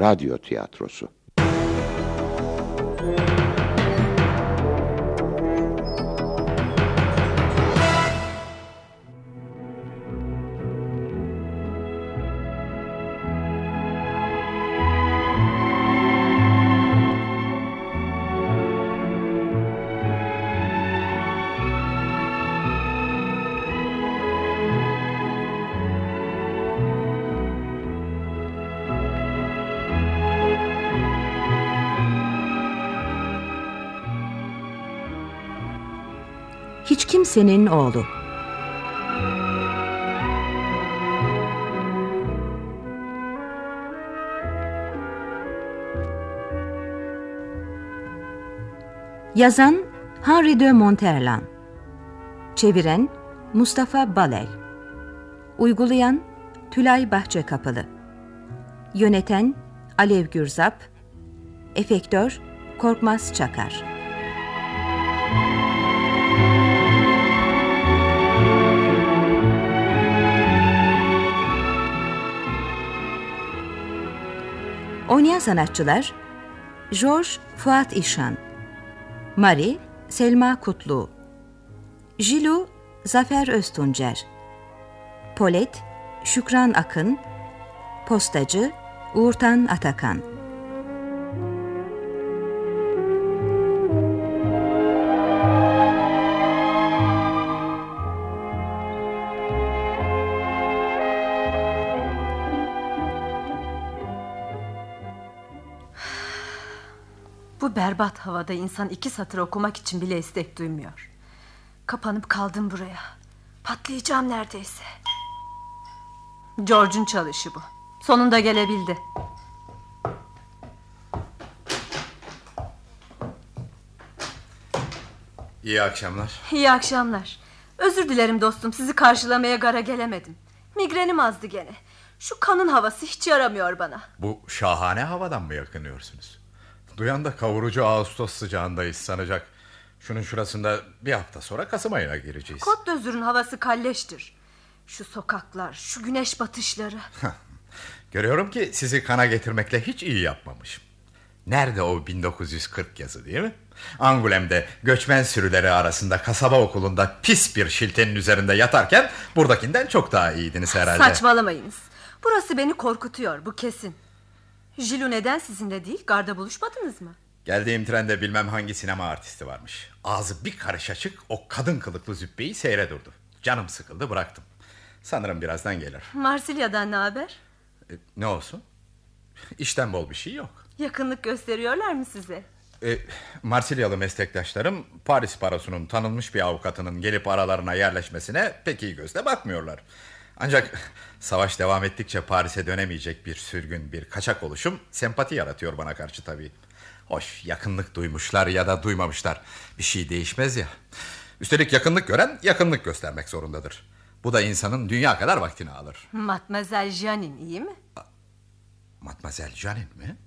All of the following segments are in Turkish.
radyo tiyatrosu. Hiç kimsenin oğlu. Yazan Henri de Monterland, çeviren Mustafa Balel, uygulayan Tülay Bahçekapılı, yöneten Alev Gürzap, efektör Korkmaz Çakar. Oynayan sanatçılar: George Fuat İşan, Mari Selma Kutlu, Jilu Zafer Öztuncer, Polet Şükran Akın, Postacı Uğurtan Atakan. Bu berbat havada insan 2 satır okumak için bile istek duymuyor. Kapanıp kaldım buraya. Patlayacağım neredeyse. George'un çalışı bu. Sonunda gelebildi. İyi akşamlar. İyi akşamlar. Özür dilerim dostum, sizi karşılamaya gara gelemedim. Migrenim azdı gene. Şu kanın havası hiç yaramıyor bana. Bu şahane havadan mı yakınıyorsunuz? Duyan da kavurucu Ağustos sıcağındayız sanacak. Şunun şurasında bir hafta sonra Kasım ayına gireceğiz. Côte d'Azur'un havası kalleştir. Şu sokaklar, şu güneş batışları. Görüyorum ki sizi kana getirmekle hiç iyi yapmamışım. Nerede o 1940 yazı, değil mi? Angoulême'de göçmen sürüleri arasında kasaba okulunda pis bir şiltenin üzerinde yatarken buradakinden çok daha iyiydiniz herhalde. Saçmalamayınız. Burası beni korkutuyor, bu kesin. Jilu neden sizinle değil, garda buluşmadınız mı? Geldiğim trende bilmem hangi sinema artisti varmış. Ağzı bir karış açık, o kadın kılıklı zübbeyi seyre durdu. Canım sıkıldı, bıraktım. Sanırım birazdan gelir. Marsilya'dan ne haber? Ne olsun? İşten bol bir şey yok. Yakınlık gösteriyorlar mı size? Marsilyalı meslektaşlarım Paris Barosu'nun tanınmış bir avukatının gelip aralarına yerleşmesine pek iyi gözle bakmıyorlar. Ancak savaş devam ettikçe Paris'e dönemeyecek bir sürgün, bir kaçak oluşum sempati yaratıyor bana karşı tabii. Hoş, yakınlık duymuşlar ya da duymamışlar, bir şey değişmez ya. Üstelik yakınlık gören yakınlık göstermek zorundadır. Bu da insanın dünya kadar vaktini alır. Mademoiselle Jeanine iyi mi? Mademoiselle Jeanine mi?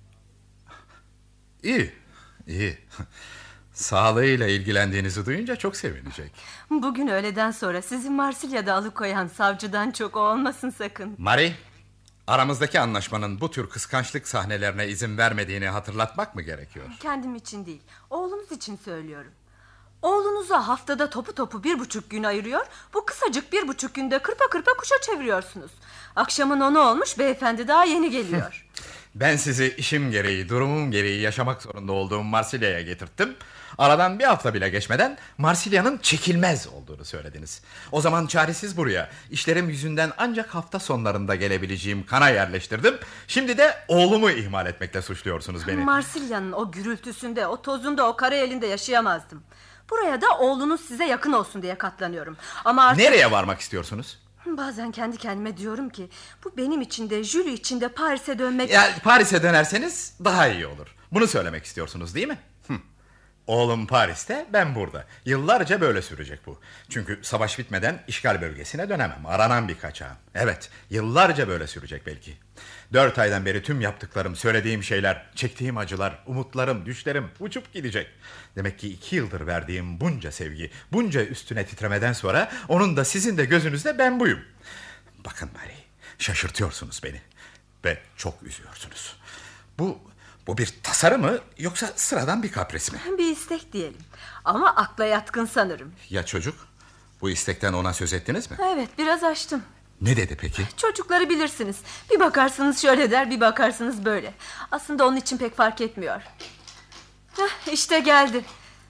İyi, iyi. Sağlığıyla ilgilendiğinizi duyunca çok sevinecek. Bugün öğleden sonra sizi Marsilya'da alıkoyan savcıdan çok o olmasın sakın. Marie, aramızdaki anlaşmanın bu tür kıskançlık sahnelerine izin vermediğini hatırlatmak mı gerekiyor? Kendim için değil, oğlunuz için söylüyorum. Oğlunuza haftada topu 1,5 gün ayırıyor, bu kısacık 1,5 günde kırpa kırpa kuşa çeviriyorsunuz. Akşamın 10'u olmuş, beyefendi daha yeni geliyor. Ben sizi işim gereği, durumum gereği yaşamak zorunda olduğum Marsilya'ya getirttim. Aradan bir hafta bile geçmeden Marsilya'nın çekilmez olduğunu söylediniz. O zaman çaresiz buraya, işlerim yüzünden ancak hafta sonlarında gelebileceğim kana yerleştirdim. Şimdi de oğlumu ihmal etmekle suçluyorsunuz beni. Marsilya'nın o gürültüsünde, o tozunda, o kara elinde yaşayamazdım. Buraya da oğlunuz size yakın olsun diye katlanıyorum. Ama artık... Nereye varmak istiyorsunuz? Bazen kendi kendime diyorum ki bu benim için de Julie için de Paris'e dönmek... Ya, Paris'e dönerseniz daha iyi olur. Bunu söylemek istiyorsunuz değil mi? Oğlum Paris'te, ben burada. Yıllarca böyle sürecek bu. Çünkü savaş bitmeden işgal bölgesine dönemem. Aranan bir kaçağım. Evet, yıllarca böyle sürecek belki. 4 aydan beri tüm yaptıklarım, söylediğim şeyler, çektiğim acılar, umutlarım, düşlerim uçup gidecek. Demek ki 2 yıldır verdiğim bunca sevgi, bunca üstüne titremeden sonra onun da sizin de gözünüzde ben buyum. Bakın Marie, şaşırtıyorsunuz beni ve çok üzüyorsunuz. Bu bir tasarı mı yoksa sıradan bir kapris mi? Bir istek diyelim. Ama akla yatkın sanırım. Ya çocuk? Bu istekten ona söz ettiniz mi? Evet, biraz açtım. Ne dedi peki? Çocukları bilirsiniz. Bir bakarsınız şöyle der, bir bakarsınız böyle. Aslında onun için pek fark etmiyor. İşte geldi.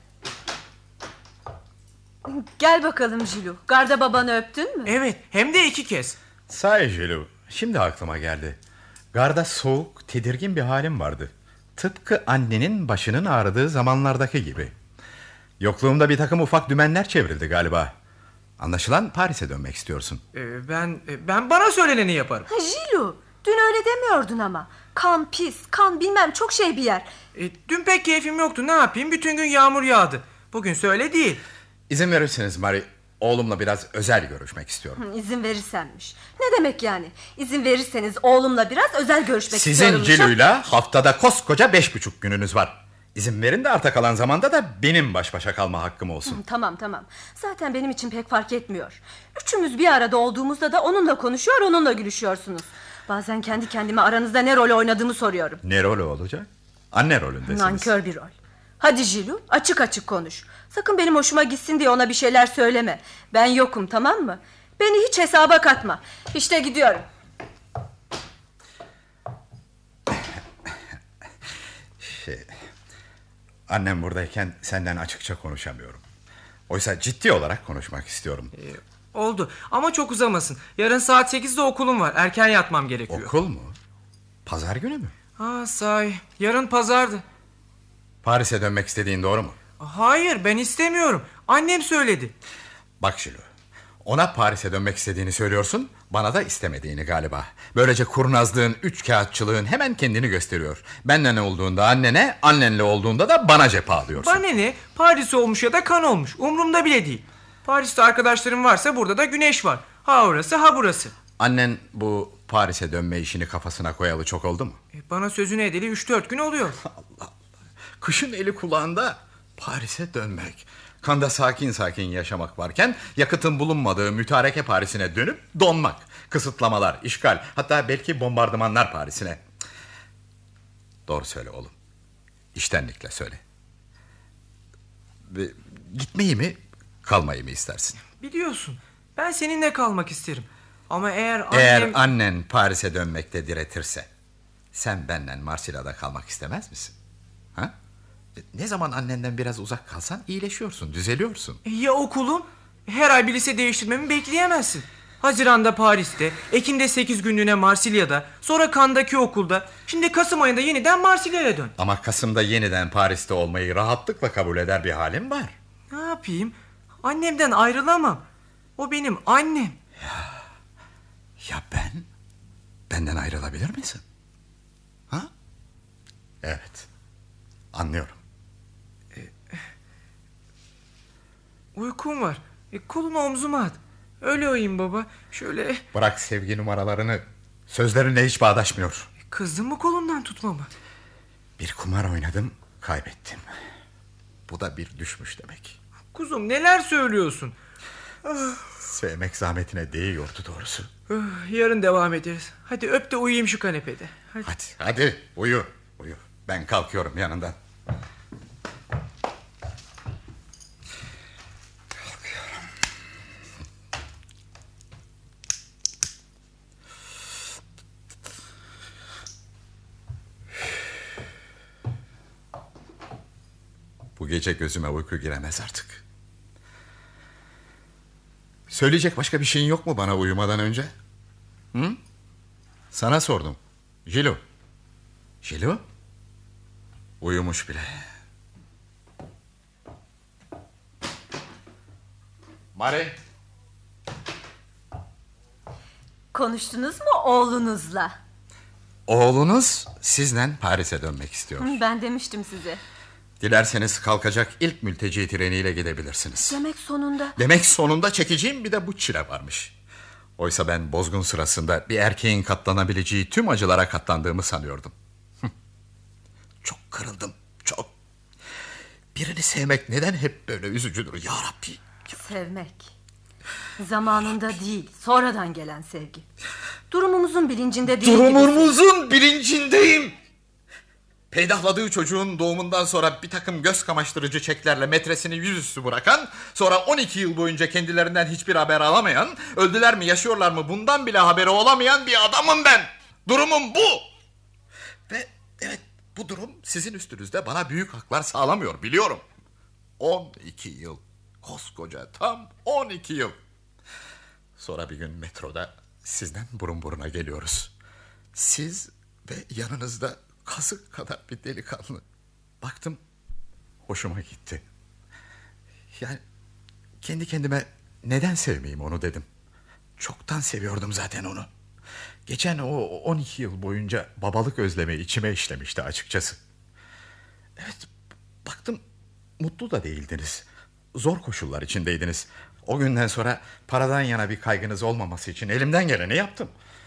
Gel bakalım Jilu. Garda babanı öptün mü? Evet, hem de 2 kez. Sahi Jilu, şimdi aklıma geldi. Garda soğuk, tedirgin bir halim vardı. Tıpkı annenin başının ağrıdığı zamanlardaki gibi. Yokluğumda bir takım ufak dümenler çevrildi galiba. Anlaşılan Paris'e dönmek istiyorsun. Ben bana söyleneni yaparım. Jilu, dün öyle demiyordun ama. Kan pis, kan bilmem çok şey bir yer. Dün pek keyfim yoktu, ne yapayım, bütün gün yağmur yağdı. Bugünse öyle değil. İzin verirseniz Marie, oğlumla biraz özel görüşmek istiyorum. İzin verirsenmiş. Ne demek yani? İzin verirseniz oğlumla biraz özel görüşmek istiyorum. Sizin Jilu'yla haftada koskoca 5,5 gününüz var. İzin verin de arta kalan zamanda da benim baş başa kalma hakkım olsun. Tamam. Zaten benim için pek fark etmiyor. Üçümüz bir arada olduğumuzda da onunla konuşuyor, onunla gülüşüyorsunuz. Bazen kendi kendime aranızda ne rol oynadığımı soruyorum. Ne rolü olacak? Anne rolündesiniz. Nankör bir rol. Hadi Jilu, açık açık konuş. Sakın benim hoşuma gitsin diye ona bir şeyler söyleme. Ben yokum, tamam mı? Beni hiç hesaba katma. İşte gidiyorum. Annem buradayken senden açıkça konuşamıyorum. Oysa ciddi olarak konuşmak istiyorum. Oldu ama çok uzamasın. Yarın saat 8'de okulum var. Erken yatmam gerekiyor. Okul mu? Pazar günü mü? Sahi, yarın pazardı. Paris'e dönmek istediğin doğru mu? Hayır, ben istemiyorum. Annem söyledi. Bak Jilu, ona Paris'e dönmek istediğini söylüyorsun, bana da istemediğini galiba. Böylece kurnazlığın, üçkağıtçılığın hemen kendini gösteriyor. Benle ne olduğunda annene, annenle olduğunda da bana cephe alıyorsun. Bana ne? Paris olmuş ya da kan olmuş. Umurumda bile değil. Paris'te arkadaşlarım varsa burada da güneş var. Ha orası ha burası. Annen bu Paris'e dönme işini kafasına koyalı çok oldu mu? Bana sözünü edeli 3-4 gün oluyor. Allah Allah. Kışın eli kulağında Paris'e dönmek. Kanda sakin sakin yaşamak varken yakıtın bulunmadığı mütareke Paris'ine dönüp donmak. Kısıtlamalar, işgal, hatta belki bombardımanlar Paris'ine. Doğru söyle oğlum. İştenlikle söyle. Gitmeyi mi, kalmayı mı istersin? Biliyorsun, ben seninle kalmak isterim. Ama eğer annen Paris'e dönmekte diretirse, sen benden Marsilya'da kalmak istemez misin? Ha? Ne zaman annenden biraz uzak kalsan iyileşiyorsun, düzeliyorsun. Ya okulum? Her ay bir lise değiştirmemi bekleyemezsin. Haziran'da Paris'te, Ekim'de 8 günlüğüne Marsilya'da, sonra Cannes'daki okulda, şimdi Kasım ayında yeniden Marsilya'ya dön. Ama Kasım'da yeniden Paris'te olmayı rahatlıkla kabul eder bir halim var. Ne yapayım? Annemden ayrılamam. O benim annem. Ya ben? Benden ayrılabilir misin? Ha? Evet. Anlıyorum. Uykum var. Kolunu omzuma at. Öyle uyuyayım baba. Şöyle. Bırak sevgi numaralarını. Sözlerinle hiç bağdaşmıyor. Kızdın mı kolundan tutmama? Bir kumar oynadım, kaybettim. Bu da bir düşmüş demek. Kuzum, neler söylüyorsun? Sevmek zahmetine değiyordu doğrusu. Yarın devam ederiz. Hadi öp de uyuyayım şu kanepede. Hadi uyu. Ben kalkıyorum yanından. Bu gece gözüme uyku giremez artık. Söyleyecek başka bir şeyin yok mu bana uyumadan önce? Hı? Sana sordum. Jilu? Uyumuş bile. Marie. Konuştunuz mu oğlunuzla? Oğlunuz sizden Paris'e dönmek istiyor. Ben demiştim size. Dilerseniz kalkacak ilk mülteci treniyle gidebilirsiniz. Demek sonunda çekeceğim bir de bu çile varmış. Oysa ben bozgun sırasında bir erkeğin katlanabileceği tüm acılara katlandığımı sanıyordum. Çok kırıldım, çok. Birini sevmek neden hep böyle üzücüdür ya Rabbi? Sevmek zamanında değil, sonradan gelen sevgi. Durumumuzun bilincinde değil. Durumumuzun bilincindeyim. Peydahladığı çocuğun doğumundan sonra bir takım göz kamaştırıcı çeklerle metresini yüzüstü bırakan, sonra 12 yıl boyunca kendilerinden hiçbir haber alamayan, öldüler mi yaşıyorlar mı bundan bile haberi olamayan bir adamım ben. Durumum bu. Ve evet, bu durum sizin üstünüzde bana büyük haklar sağlamıyor, biliyorum. 12 yıl, koskoca tam 12 yıl. Sonra bir gün metroda sizden burun buruna geliyoruz. Siz ve yanınızda kazık kadar bir delikanlı. Baktım, hoşuma gitti. Yani kendi kendime neden sevmeyeyim onu dedim. Çoktan seviyordum zaten onu. Geçen o 12 yıl boyunca babalık özlemi içime işlemişti açıkçası. Evet, baktım mutlu da değildiniz. Zor koşullar içindeydiniz. O günden sonra paradan yana bir kaygınız olmaması için elimden geleni yaptım.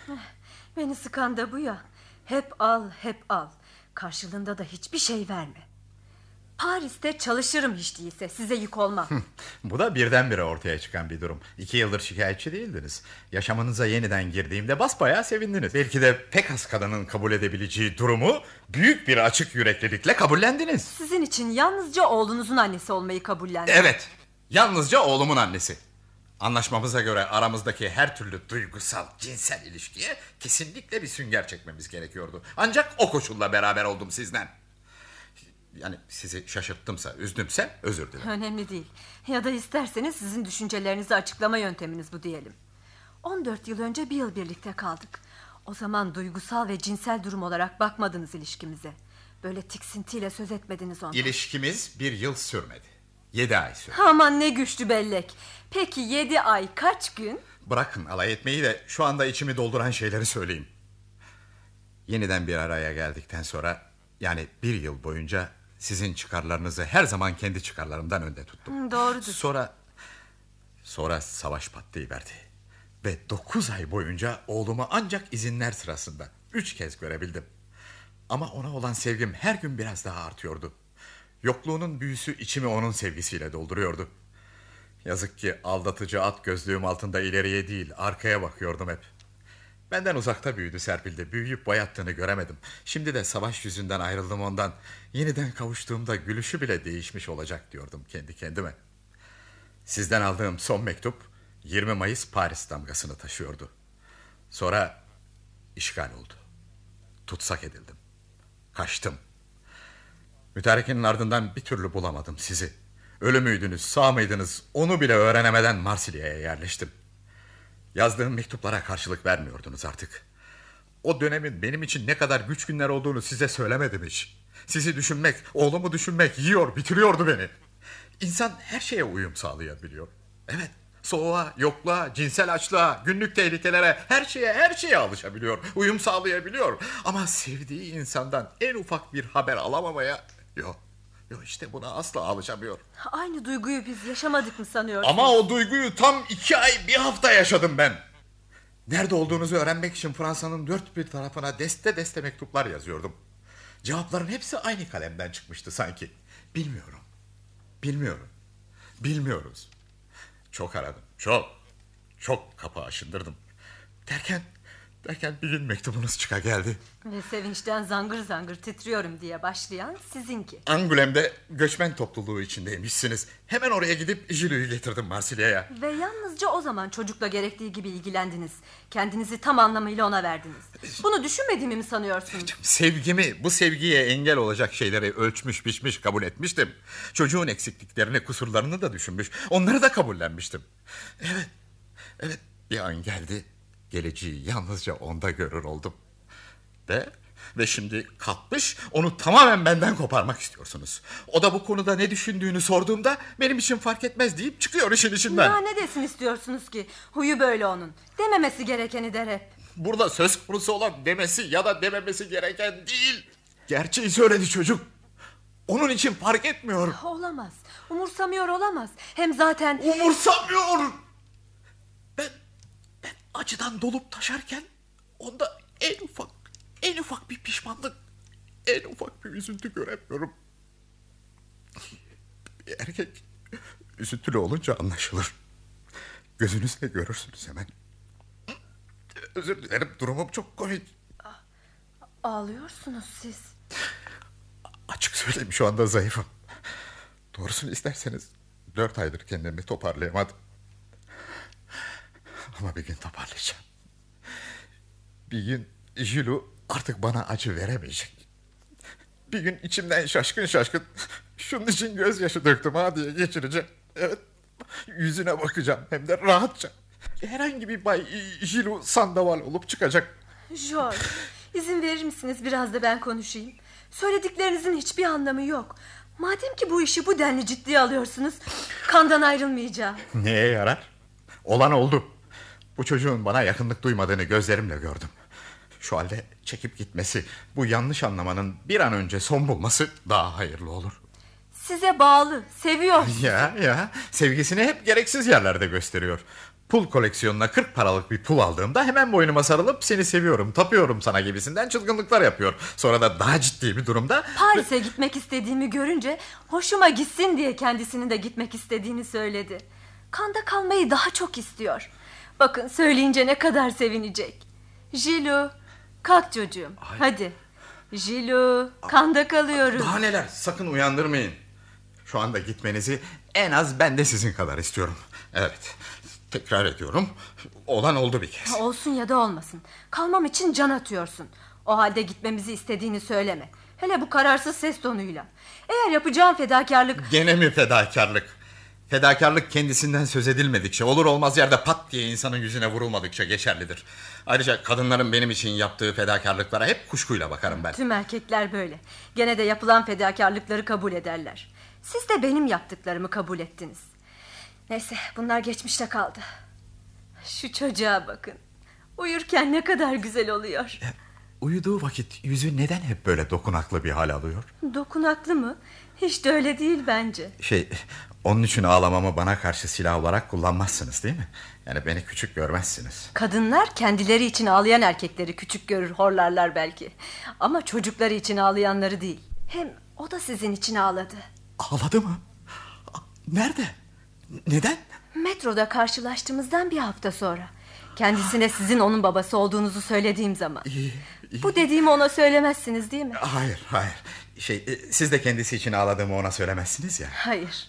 Beni sıkan da bu ya. Hep al, hep al. Karşılığında da hiçbir şey verme. Paris'te çalışırım hiç değilse, size yük olmam. Bu da birdenbire ortaya çıkan bir durum. 2 yıldır şikayetçi değildiniz. Yaşamınıza yeniden girdiğimde basbayağı sevindiniz. Belki de pek az kadının kabul edebileceği durumu büyük bir açık yüreklilikle kabullendiniz. Sizin için yalnızca oğlunuzun annesi olmayı kabullendim. Evet, yalnızca oğlumun annesi. Anlaşmamıza göre aramızdaki her türlü duygusal, cinsel ilişkiye kesinlikle bir sünger çekmemiz gerekiyordu. Ancak o koşulla beraber oldum sizden. Yani sizi şaşırttımsa, üzdümse özür dilerim. Önemli değil. Ya da isterseniz sizin düşüncelerinizi açıklama yönteminiz bu diyelim. 14 yıl önce bir yıl birlikte kaldık. O zaman duygusal ve cinsel durum olarak bakmadınız ilişkimize. Böyle tiksintiyle söz etmediniz ondan. İlişkimiz 1 yıl sürmedi. 7 ay sürdü. Aman ne güçlü bellek. Peki 7 ay kaç gün? Bırakın alay etmeyi de şu anda içimi dolduran şeyleri söyleyeyim. Yeniden bir araya geldikten sonra, yani 1 yıl boyunca sizin çıkarlarınızı her zaman kendi çıkarlarımdan önde tuttum. Doğrudur. Sonra savaş patlayıverdi. Ve 9 ay boyunca oğlumu ancak izinler sırasında 3 kez görebildim. Ama ona olan sevgim her gün biraz daha artıyordu. Yokluğunun büyüsü içimi onun sevgisiyle dolduruyordu. Yazık ki aldatıcı at gözlüğüm altında ileriye değil arkaya bakıyordum hep. Benden uzakta büyüdü Serpil'de. Büyüyüp boyattığını göremedim. Şimdi de savaş yüzünden ayrıldım ondan. Yeniden kavuştuğumda gülüşü bile değişmiş olacak diyordum kendi kendime. Sizden aldığım son mektup 20 Mayıs Paris damgasını taşıyordu. Sonra işgal oldu. Tutsak edildim. Kaçtım. Mütarekenin ardından bir türlü bulamadım sizi. Ölü müydünüz, sağ mıydınız onu bile öğrenemeden Marsilya'ya yerleştim. Yazdığım mektuplara karşılık vermiyordunuz artık. O dönemin benim için ne kadar güç günler olduğunu size söylemedim hiç. Sizi düşünmek, oğlumu düşünmek yiyor, bitiriyordu beni. İnsan her şeye uyum sağlayabiliyor. Evet, soğuğa, yokluğa, cinsel açlığa, günlük tehlikelere, her şeye alışabiliyor, uyum sağlayabiliyor. Ama sevdiği insandan en ufak bir haber alamamaya yok. İşte buna asla alışamıyor. Aynı duyguyu biz yaşamadık mı sanıyorsunuz? Ama o duyguyu tam 2 ay 1 hafta yaşadım ben. Nerede olduğunuzu öğrenmek için Fransa'nın dört bir tarafına deste deste mektuplar yazıyordum. Cevapların hepsi aynı kalemden çıkmıştı sanki. Bilmiyoruz. Çok aradım, çok kapı aşındırdım. Derken bir gün mektubunuz çıka geldi. Ve sevinçten zangır zangır titriyorum diye başlayan sizinki. Angoulême'de göçmen topluluğu içindeymişsiniz. Hemen oraya gidip Jülü'yü getirdim Marsilya'ya. Ve yalnızca o zaman çocukla gerektiği gibi ilgilendiniz. Kendinizi tam anlamıyla ona verdiniz. Bunu düşünmediğimi mi sanıyorsunuz? Sevgimi, bu sevgiye engel olacak şeyleri ölçmüş biçmiş kabul etmiştim. Çocuğun eksikliklerini, kusurlarını da düşünmüş. Onları da kabullenmiştim. Evet, bir an geldi. Geleceği yalnızca onda görür oldum. Ve şimdi kalkmış onu tamamen benden koparmak istiyorsunuz. O da bu konuda ne düşündüğünü sorduğumda benim için fark etmez deyip çıkıyor işin içinden. Ya ne desin istiyorsunuz ki? Huyu böyle onun. Dememesi gerekeni der hep. Burada söz konusu olan demesi ya da dememesi gereken değil. Gerçeği söyledi çocuk. Onun için fark etmiyor. Olamaz. Umursamıyor olamaz. Hem zaten... Umursamıyor. Ben acıdan dolup taşarken onda en ufak bir pişmanlık, en ufak bir üzüntü göremiyorum. Bir erkek üzüntülü olunca anlaşılır. Gözünüzle görürsünüz hemen. Özür dilerim, durumum çok komik. Ağlıyorsunuz siz. Açık söyleyeyim, şu anda zayıfım. Doğrusunu isterseniz 4 aydır kendimi toparlayamadım. Ama bir gün toparlayacağım. Bir gün Jilu artık bana acı veremeyecek. Bir gün içimden şaşkın şaşkın şunun için gözyaşı döktüm ha diye geçireceğim. Evet, yüzüne bakacağım, hem de rahatça. Herhangi bir Bay Jilu Sandoval olup çıkacak. George, izin verir misiniz biraz da ben konuşayım? Söylediklerinizin hiçbir anlamı yok. Madem ki bu işi bu denli ciddiye alıyorsunuz, kandan ayrılmayacağım. Neye yarar? Olan oldu. Bu çocuğun bana yakınlık duymadığını gözlerimle gördüm. Şu halde çekip gitmesi, bu yanlış anlamanın bir an önce son bulması daha hayırlı olur. Size bağlı, seviyor. Ya, sevgisini hep gereksiz yerlerde gösteriyor. Pul koleksiyonuna 40 paralık bir pul aldığımda hemen boynuma sarılıp seni seviyorum, tapıyorum sana gibisinden çılgınlıklar yapıyor. Sonra da daha ciddi bir durumda Paris'e gitmek istediğimi görünce hoşuma gitsin diye kendisinin de gitmek istediğini söyledi. Kanda kalmayı daha çok istiyor. Bakın söyleyince ne kadar sevinecek. Jilu, kalk çocuğum. Ay. Hadi. Jilu, kanda kalıyoruz. Daha neler, sakın uyandırmayın. Şu anda gitmenizi en az ben de sizin kadar istiyorum. Evet, tekrar ediyorum, olan oldu bir kez. Olsun ya da olmasın, kalmam için can atıyorsun. O halde gitmemizi istediğini söyleme. Hele bu kararsız ses tonuyla. Eğer yapacağım fedakarlık... Gene mi fedakarlık? Fedakarlık kendisinden söz edilmedikçe, olur olmaz yerde pat diye insanın yüzüne vurulmadıkça geçerlidir. Ayrıca kadınların benim için yaptığı fedakarlıklara hep kuşkuyla bakarım ben. Tüm erkekler böyle. Gene de yapılan fedakarlıkları kabul ederler. Siz de benim yaptıklarımı kabul ettiniz. Neyse, bunlar geçmişte kaldı. Şu çocuğa bakın. Uyurken ne kadar güzel oluyor. Uyuduğu vakit yüzü neden hep böyle dokunaklı bir hal alıyor? Dokunaklı mı? Hiç de öyle değil bence. Onun için ağlamamı bana karşı silah olarak kullanmazsınız değil mi? Yani beni küçük görmezsiniz. Kadınlar kendileri için ağlayan erkekleri küçük görür, horlarlar belki. Ama çocukları için ağlayanları değil. Hem o da sizin için ağladı. Ağladı mı? Nerede? Neden? Metroda karşılaştığımızdan bir hafta sonra. Kendisine sizin onun babası olduğunuzu söylediğim zaman. İyi. Bu dediğimi ona söylemezsiniz değil mi? Hayır. Siz de kendisi için ağladığımı ona söylemezsiniz ya. Hayır.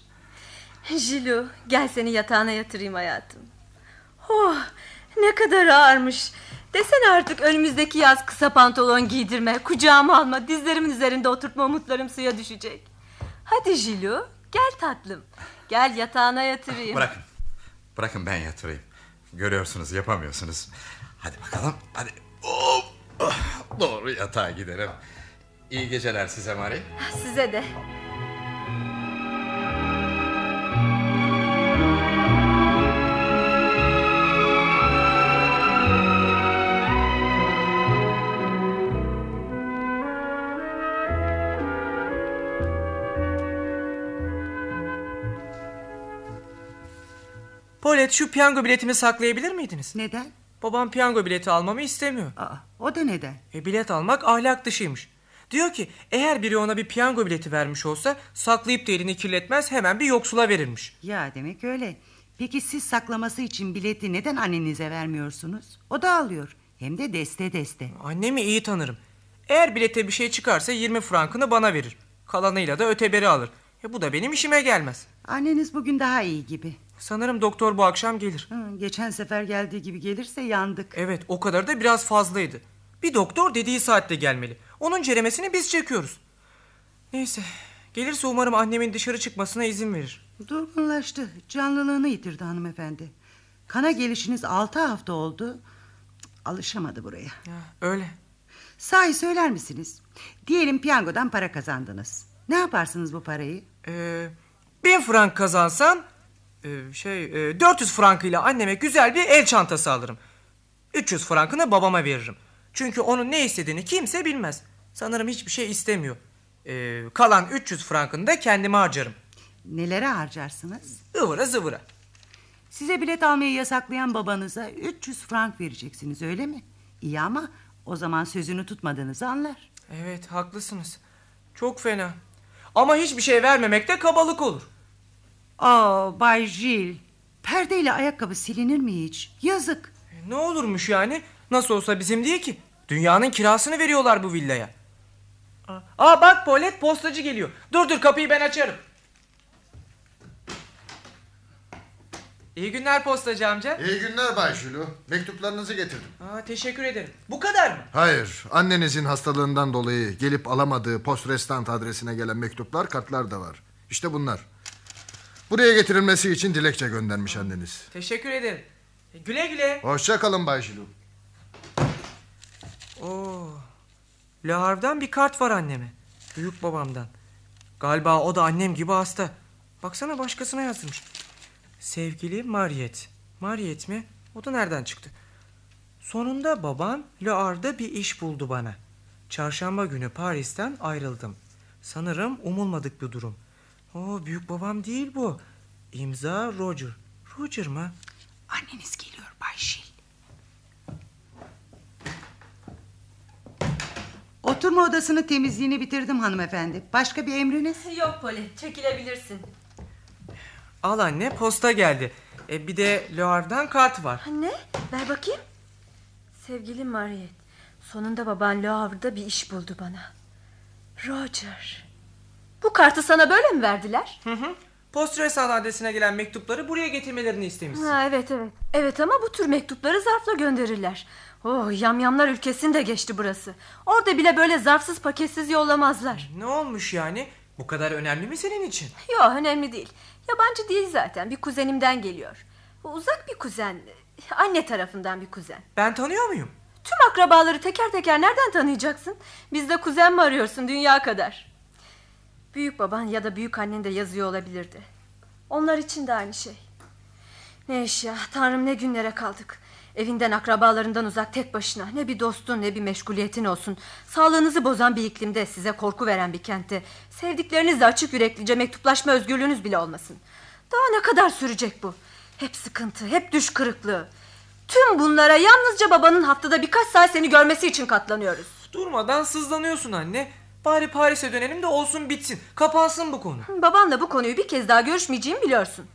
Jilu, gel seni yatağına yatırayım hayatım. Oh, ne kadar ağırmış. Desene artık önümüzdeki yaz kısa pantolon giydirme, kucağıma alma, dizlerimin üzerinde oturtma, umutlarım suya düşecek. Hadi Jilu, gel tatlım. Gel yatağına yatırayım. Bırakın ben yatırayım. Görüyorsunuz, yapamıyorsunuz. Hadi bakalım, hadi. Doğru yatağa giderim. İyi geceler size Marie. Size de. Paulette, şu piyango biletimi saklayabilir miydiniz? Neden? Babam piyango bileti almamı istemiyor. O da neden? Bilet almak ahlak dışıymış. Diyor ki eğer biri ona bir piyango bileti vermiş olsa saklayıp da elini kirletmez, hemen bir yoksula verirmiş. Ya demek öyle. Peki siz saklaması için bileti neden annenize vermiyorsunuz? O da alıyor. Hem de deste. Annemi iyi tanırım. Eğer bilete bir şey çıkarsa 20 frankını bana verir. Kalanıyla da öteberi alır. Bu da benim işime gelmez. Anneniz bugün daha iyi gibi. Sanırım doktor bu akşam gelir. Geçen sefer geldiği gibi gelirse yandık. Evet, o kadar da biraz fazlaydı. Bir doktor dediği saatte gelmeli. Onun ceremesini biz çekiyoruz. Neyse, gelirse umarım annemin dışarı çıkmasına izin verir. Durgunlaştı. Canlılığını yitirdi hanımefendi. Kana gelişiniz 6 hafta oldu. Alışamadı buraya. Öyle. Sahi söyler misiniz? Diyelim piyangodan para kazandınız. Ne yaparsınız bu parayı? 1000 frank kazansam 400 frankıyla anneme güzel bir el çantası alırım. 300 frankını babama veririm. Çünkü onun ne istediğini kimse bilmez. Sanırım hiçbir şey istemiyor. Kalan 300 frankını da kendime harcarım. Nelere harcarsınız? Ivıra zıvıra. Size bilet almayı yasaklayan babanıza 300 frank vereceksiniz, öyle mi? İyi ama o zaman sözünü tutmadığınızı anlar. Evet, haklısınız. Çok fena. Ama hiçbir şey vermemek de kabalık olur. Bay Gilles, perdeyle ayakkabı silinir mi hiç? Yazık. Ne olurmuş yani? Nasıl olsa bizim değil ki. Dünyanın kirasını veriyorlar bu villaya. Aa bak Polet, postacı geliyor. Dur kapıyı ben açarım. İyi günler postacı amca. İyi günler Bay Julu. Mektuplarınızı getirdim. Teşekkür ederim. Bu kadar mı? Hayır, annenizin hastalığından dolayı gelip alamadığı post restant adresine gelen mektuplar, kartlar da var. İşte bunlar. Buraya getirilmesi için dilekçe göndermiş anneniz. Teşekkür ederim. Güle güle. Hoşça kalın Bay Julu. Le Havre'dan bir kart var anneme. Büyük babamdan. Galiba o da annem gibi hasta. Baksana başkasına yazmış. Sevgili Mariette. Mariette mi? O da nereden çıktı? Sonunda babam Le Havre'da bir iş buldu bana. Çarşamba günü Paris'ten ayrıldım. Sanırım umulmadık bir durum. Büyük babam değil bu. İmza Roger. Roger mı? Anneniz geliyor Bay Şil. Oturma odasının temizliğini bitirdim hanımefendi. Başka bir emriniz? Yok Polly, çekilebilirsin. Al anne, posta geldi. Bir de Le Havre'dan kart var. Ne? Ver bakayım. Sevgili Mariette, sonunda baban Le Havre'da bir iş buldu bana. Roger. Bu kartı sana böyle mi verdiler? Hı. Post restant adresine gelen mektupları buraya getirmelerini istemişsin. Evet. Evet ama bu tür mektupları zarfla gönderirler. Yamyamlar ülkesinde geçti burası. Orada bile böyle zarfsız paketsiz yollamazlar. Ne olmuş yani? Bu kadar önemli mi senin için? Yok, önemli değil. Yabancı değil zaten, bir kuzenimden geliyor. Uzak bir kuzen. Anne tarafından bir kuzen. Ben tanıyor muyum? Tüm akrabaları teker teker nereden tanıyacaksın? Bizde kuzen mi arıyorsun dünya kadar? Büyük baban ya da büyük annen de yazıyor olabilirdi. Onlar için de aynı şey. Ne iş ya, Tanrım, ne günlere kaldık. Evinden, akrabalarından uzak, tek başına. Ne bir dostun ne bir meşguliyetin olsun. Sağlığınızı bozan bir iklimde, size korku veren bir kentte, sevdiklerinizle açık yüreklice mektuplaşma özgürlüğünüz bile olmasın. Daha ne kadar sürecek bu? Hep sıkıntı, hep düş kırıklığı. Tüm bunlara yalnızca babanın haftada birkaç saat seni görmesi için katlanıyoruz. Durmadan sızlanıyorsun anne. Bari Paris'e dönelim de olsun bitsin. Kapansın bu konu. Babanla bu konuyu bir kez daha görüşmeyeceğimi biliyorsun.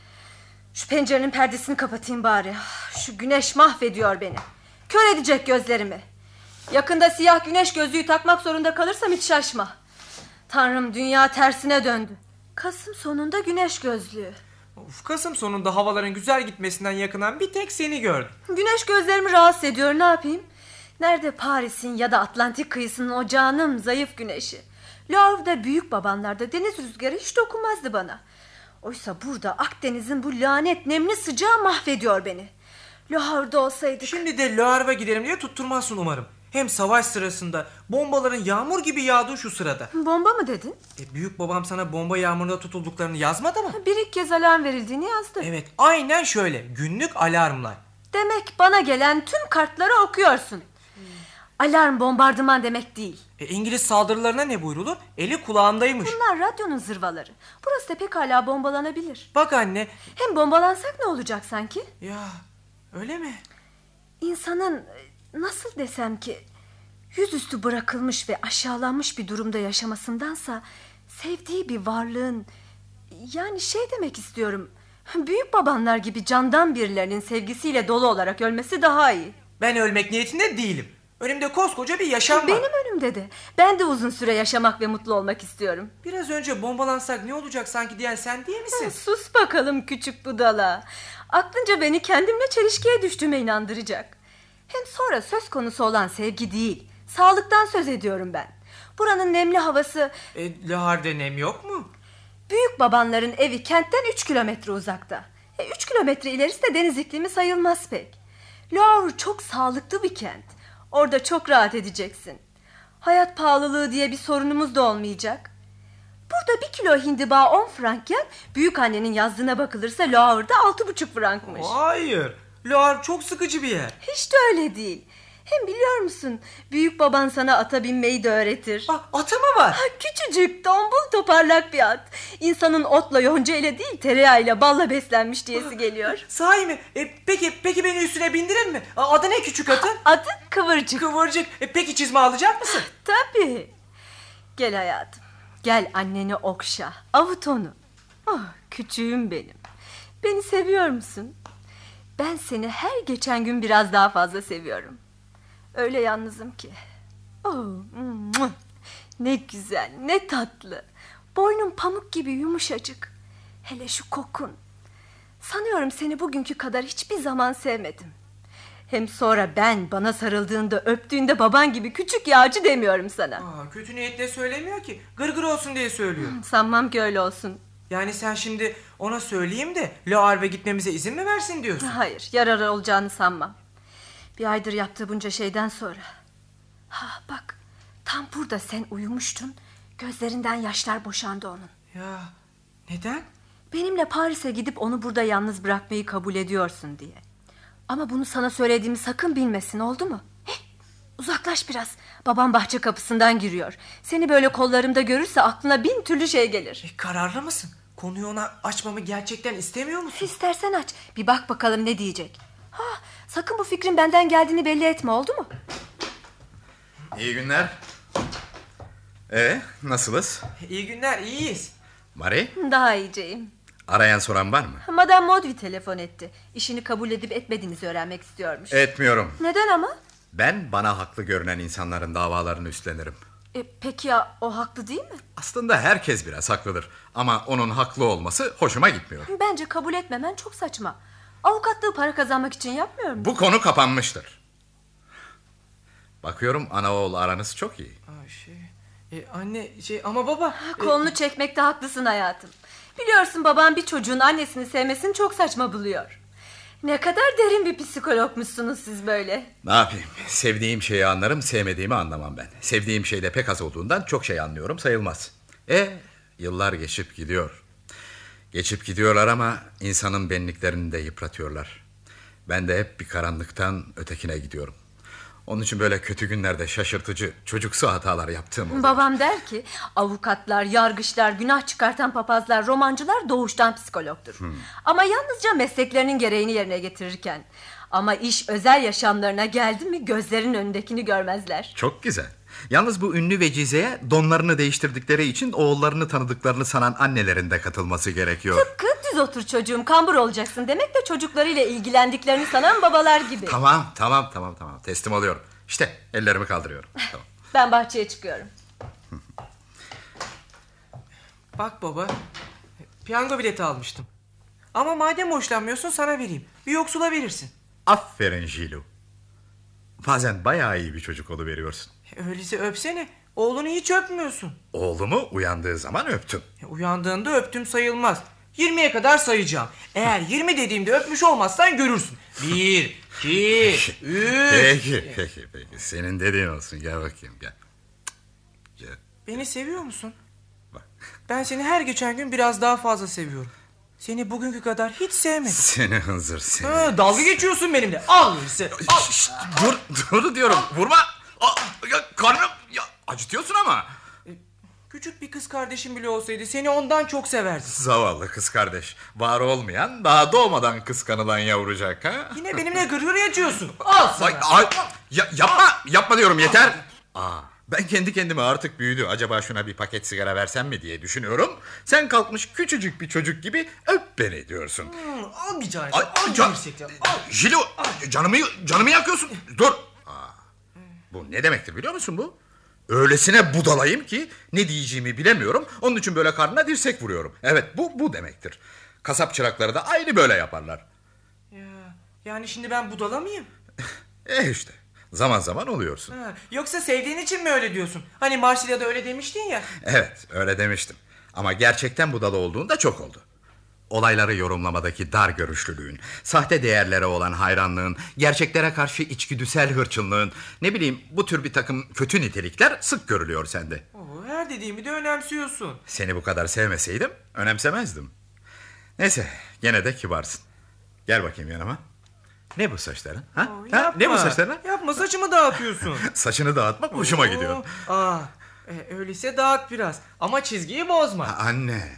Şu pencerenin perdesini kapatayım bari. Şu güneş mahvediyor beni. Kör edecek gözlerimi. Yakında siyah güneş gözlüğü takmak zorunda kalırsam hiç şaşma. Tanrım, dünya tersine döndü. Kasım sonunda güneş gözlüğü. Kasım sonunda havaların güzel gitmesinden yakınan bir tek seni gördüm. Güneş gözlerimi rahatsız ediyor, ne yapayım? Nerede Paris'in ya da Atlantik kıyısının o canım zayıf güneşi? Le Havre'da büyük babanlarda deniz rüzgarı hiç dokunmazdı bana. Oysa burada Akdeniz'in bu lanet nemli sıcağı mahvediyor beni. Le Havre'da olsaydık. Şimdi de Le Havre'a gidelim diye tutturmazsın umarım. Hem savaş sırasında bombaların yağmur gibi yağdığı şu sırada. Bomba mı dedin? Büyük babam sana bomba yağmurunda tutulduklarını yazmadı mı? Bir iki kez alarm verildiğini yazdı. Evet, aynen şöyle, günlük alarmlar. Demek bana gelen tüm kartları okuyorsun. Alarm, bombardıman demek değil. İngiliz saldırılarına ne buyrulur? Eli kulağındaymış. Bunlar radyonun zırvaları. Burası da pekala bombalanabilir. Bak anne. Hem bombalansak ne olacak sanki? Ya öyle mi? İnsanın, nasıl desem ki, yüzüstü bırakılmış ve aşağılanmış bir durumda yaşamasındansa sevdiği bir varlığın, yani demek istiyorum, büyük babanlar gibi candan birilerinin sevgisiyle dolu olarak ölmesi daha iyi. Ben ölmek niyetinde değilim. Önümde koskoca bir yaşam var. Benim önümde de. Ben de uzun süre yaşamak ve mutlu olmak istiyorum. Biraz önce bombalansak ne olacak sanki diyen sen değil misin? Sus bakalım küçük budala. Aklınca beni kendimle çelişkiye düştüğüme inandıracak. Hem sonra söz konusu olan sevgi değil, sağlıktan söz ediyorum ben. Buranın nemli havası... Le Havre'de nem yok mu? Büyük babanların evi kentten 3 kilometre uzakta. 3 kilometre ilerisi de deniz iklimi sayılmaz pek. Le Havre çok sağlıklı bir kent. Orada çok rahat edeceksin. Hayat pahalılığı diye bir sorunumuz da olmayacak. Burada 1 kilo hindiba 10 frankken, büyük annenin yazdığına bakılırsa Le Havre'da 6,5 frankmış. Hayır. Le Havre çok sıkıcı bir yer. Hiç de öyle değil. Hem biliyor musun, büyük baban sana ata binmeyi de öğretir. Atı mı var? Küçücük, tombul, toparlak bir at. İnsanın otla, yonca ile değil, tereyağıyla, balla beslenmiş diyesi geliyor. Sahi mi? Peki beni üstüne bindirir mi? Adı ne küçük atın? Adı Kıvırcık. Kıvırcık. Peki çizme alacak mısın? Tabii. Gel hayatım. Gel anneni okşa. Avut onu. Küçüğüm benim. Beni seviyor musun? Ben seni her geçen gün biraz daha fazla seviyorum. Öyle yalnızım ki. Ne güzel, ne tatlı. Boynun pamuk gibi yumuşacık. Hele şu kokun. Sanıyorum seni bugünkü kadar hiçbir zaman sevmedim. Hem sonra ben bana sarıldığında, öptüğünde baban gibi küçük yağcı demiyorum sana. Kötü niyetle söylemiyor ki. Gırgır olsun diye söylüyor. Sanmam ki öyle olsun. Yani sen şimdi ona söyleyeyim de Le Havre'e gitmemize izin mi versin diyorsun? Hayır, yarar olacağını sanmam. Bir aydır yaptığı bunca şeyden sonra. Bak, tam burada sen uyumuştun. Gözlerinden yaşlar boşandı onun. Ya neden? Benimle Paris'e gidip onu burada yalnız bırakmayı kabul ediyorsun diye. Ama bunu sana söylediğimi sakın bilmesin, oldu mu? Uzaklaş biraz. Babam bahçe kapısından giriyor. Seni böyle kollarımda görürse aklına 1000 türlü şey gelir. Kararlı mısın? Konuyu ona açmamı gerçekten istemiyor musun? İstersen aç. Bir bak bakalım ne diyecek. Sakın bu fikrin benden geldiğini belli etme, oldu mu? İyi günler. Nasılız? İyi günler, iyiyiz. Marie? Daha iyiceyim. Arayan soran var mı? Madame Maudry telefon etti. İşini kabul edip etmediğinizi öğrenmek istiyormuş. Etmiyorum. Neden ama? Ben bana haklı görünen insanların davalarını üstlenirim. Peki ya o haklı değil mi? Aslında herkes biraz haklıdır. Ama onun haklı olması hoşuma gitmiyor. Bence kabul etmemen çok saçma. Avukatlığı para kazanmak için yapmıyor musun? Bu konu kapanmıştır. Bakıyorum ana oğul aranız çok iyi. Anne ama baba... Kolunu çekmekte haklısın hayatım. Biliyorsun babam bir çocuğun annesini sevmesini çok saçma buluyor. Ne kadar derin bir psikologmuşsunuz siz böyle. Ne yapayım? Sevdiğim şeyi anlarım, sevmediğimi anlamam ben. Sevdiğim şeyde pek az olduğundan çok şey anlıyorum sayılmaz. Yıllar geçip gidiyor. Geçip gidiyorlar ama insanın benliklerini de yıpratıyorlar. Ben de hep bir karanlıktan ötekine gidiyorum. Onun için böyle kötü günlerde şaşırtıcı, çocuksu hatalar yaptığım oluyor. Babam der ki avukatlar, yargıçlar, günah çıkartan papazlar, romancılar doğuştan psikologdur. Ama yalnızca mesleklerinin gereğini yerine getirirken. Ama iş özel yaşamlarına geldi mi gözlerinin önündekini görmezler. Çok güzel. Yalnız bu ünlü vecizeye donlarını değiştirdikleri için oğullarını tanıdıklarını sanan annelerin de katılması gerekiyor. Tıpkı düz otur çocuğum, kambur olacaksın demek de çocuklarıyla ilgilendiklerini sanan babalar gibi. Tamam. Teslim oluyorum. İşte ellerimi kaldırıyorum. Tamam. Ben bahçeye çıkıyorum. Bak baba, piyango bileti almıştım. Ama madem hoşlanmıyorsun sana vereyim. Bir yoksula verirsin. Aferin Jilu. Bazen bayağı iyi bir çocuk oluveriyorsun. Öyleyse öpsene. Oğlunu hiç öpmüyorsun. Oğlumu uyandığı zaman öptüm. Uyandığında öptüm sayılmaz. 20'ye kadar sayacağım. Eğer 20 dediğimde öpmüş olmazsan görürsün. 1, 2, 3. Peki. Senin dediğin olsun. Gel bakayım gel. Beni seviyor musun? Bak. Ben seni her geçen gün biraz daha fazla seviyorum. Seni bugünkü kadar hiç sevmedim. Seni hınzır seni. Dalga geçiyorsun benimle. Al işte. Şşt, dur diyorum. Vurma. Karnım acıtıyorsun ama. Küçük bir kız kardeşim bile olsaydı seni ondan çok severdim. Zavallı kız kardeş. Var olmayan, daha doğmadan kıskanılan yavrucak ha? Yine benimle gırgır geçiyorsun. Al sana. Yapma diyorum yeter. Ben kendi kendime artık büyüdü. Acaba şuna bir paket sigara versem mi diye düşünüyorum. Sen kalkmış küçücük bir çocuk gibi öp beni diyorsun. Al bir tane. Jilo, canımı yakıyorsun. Dur. Bu ne demektir biliyor musun bu? Öylesine budalayım ki ne diyeceğimi bilemiyorum. Onun için böyle karnına dirsek vuruyorum. Evet bu demektir. Kasap çırakları da aynı böyle yaparlar. Yani şimdi ben budala mıyım? İşte zaman zaman oluyorsun. Yoksa sevdiğin için mi öyle diyorsun? Hani Marsilya'da öyle demiştin ya. Evet öyle demiştim. Ama gerçekten budala olduğunda çok oldu. Olayları yorumlamadaki dar görüşlülüğün, sahte değerlere olan hayranlığın, gerçeklere karşı içgüdüsel hırçınlığın, ne bileyim bu tür bir takım kötü nitelikler sık görülüyor sende. Her dediğimi de önemsiyorsun. Seni bu kadar sevmeseydim önemsemezdim. Neyse gene de kibarsın. Gel bakayım yanıma. Ne bu saçların? Ne bu saçların? Yapma, saçımı dağıtıyorsun. Saçını dağıtmak hoşuma gidiyor. Öyleyse dağıt biraz. Ama çizgiyi bozma. Anne.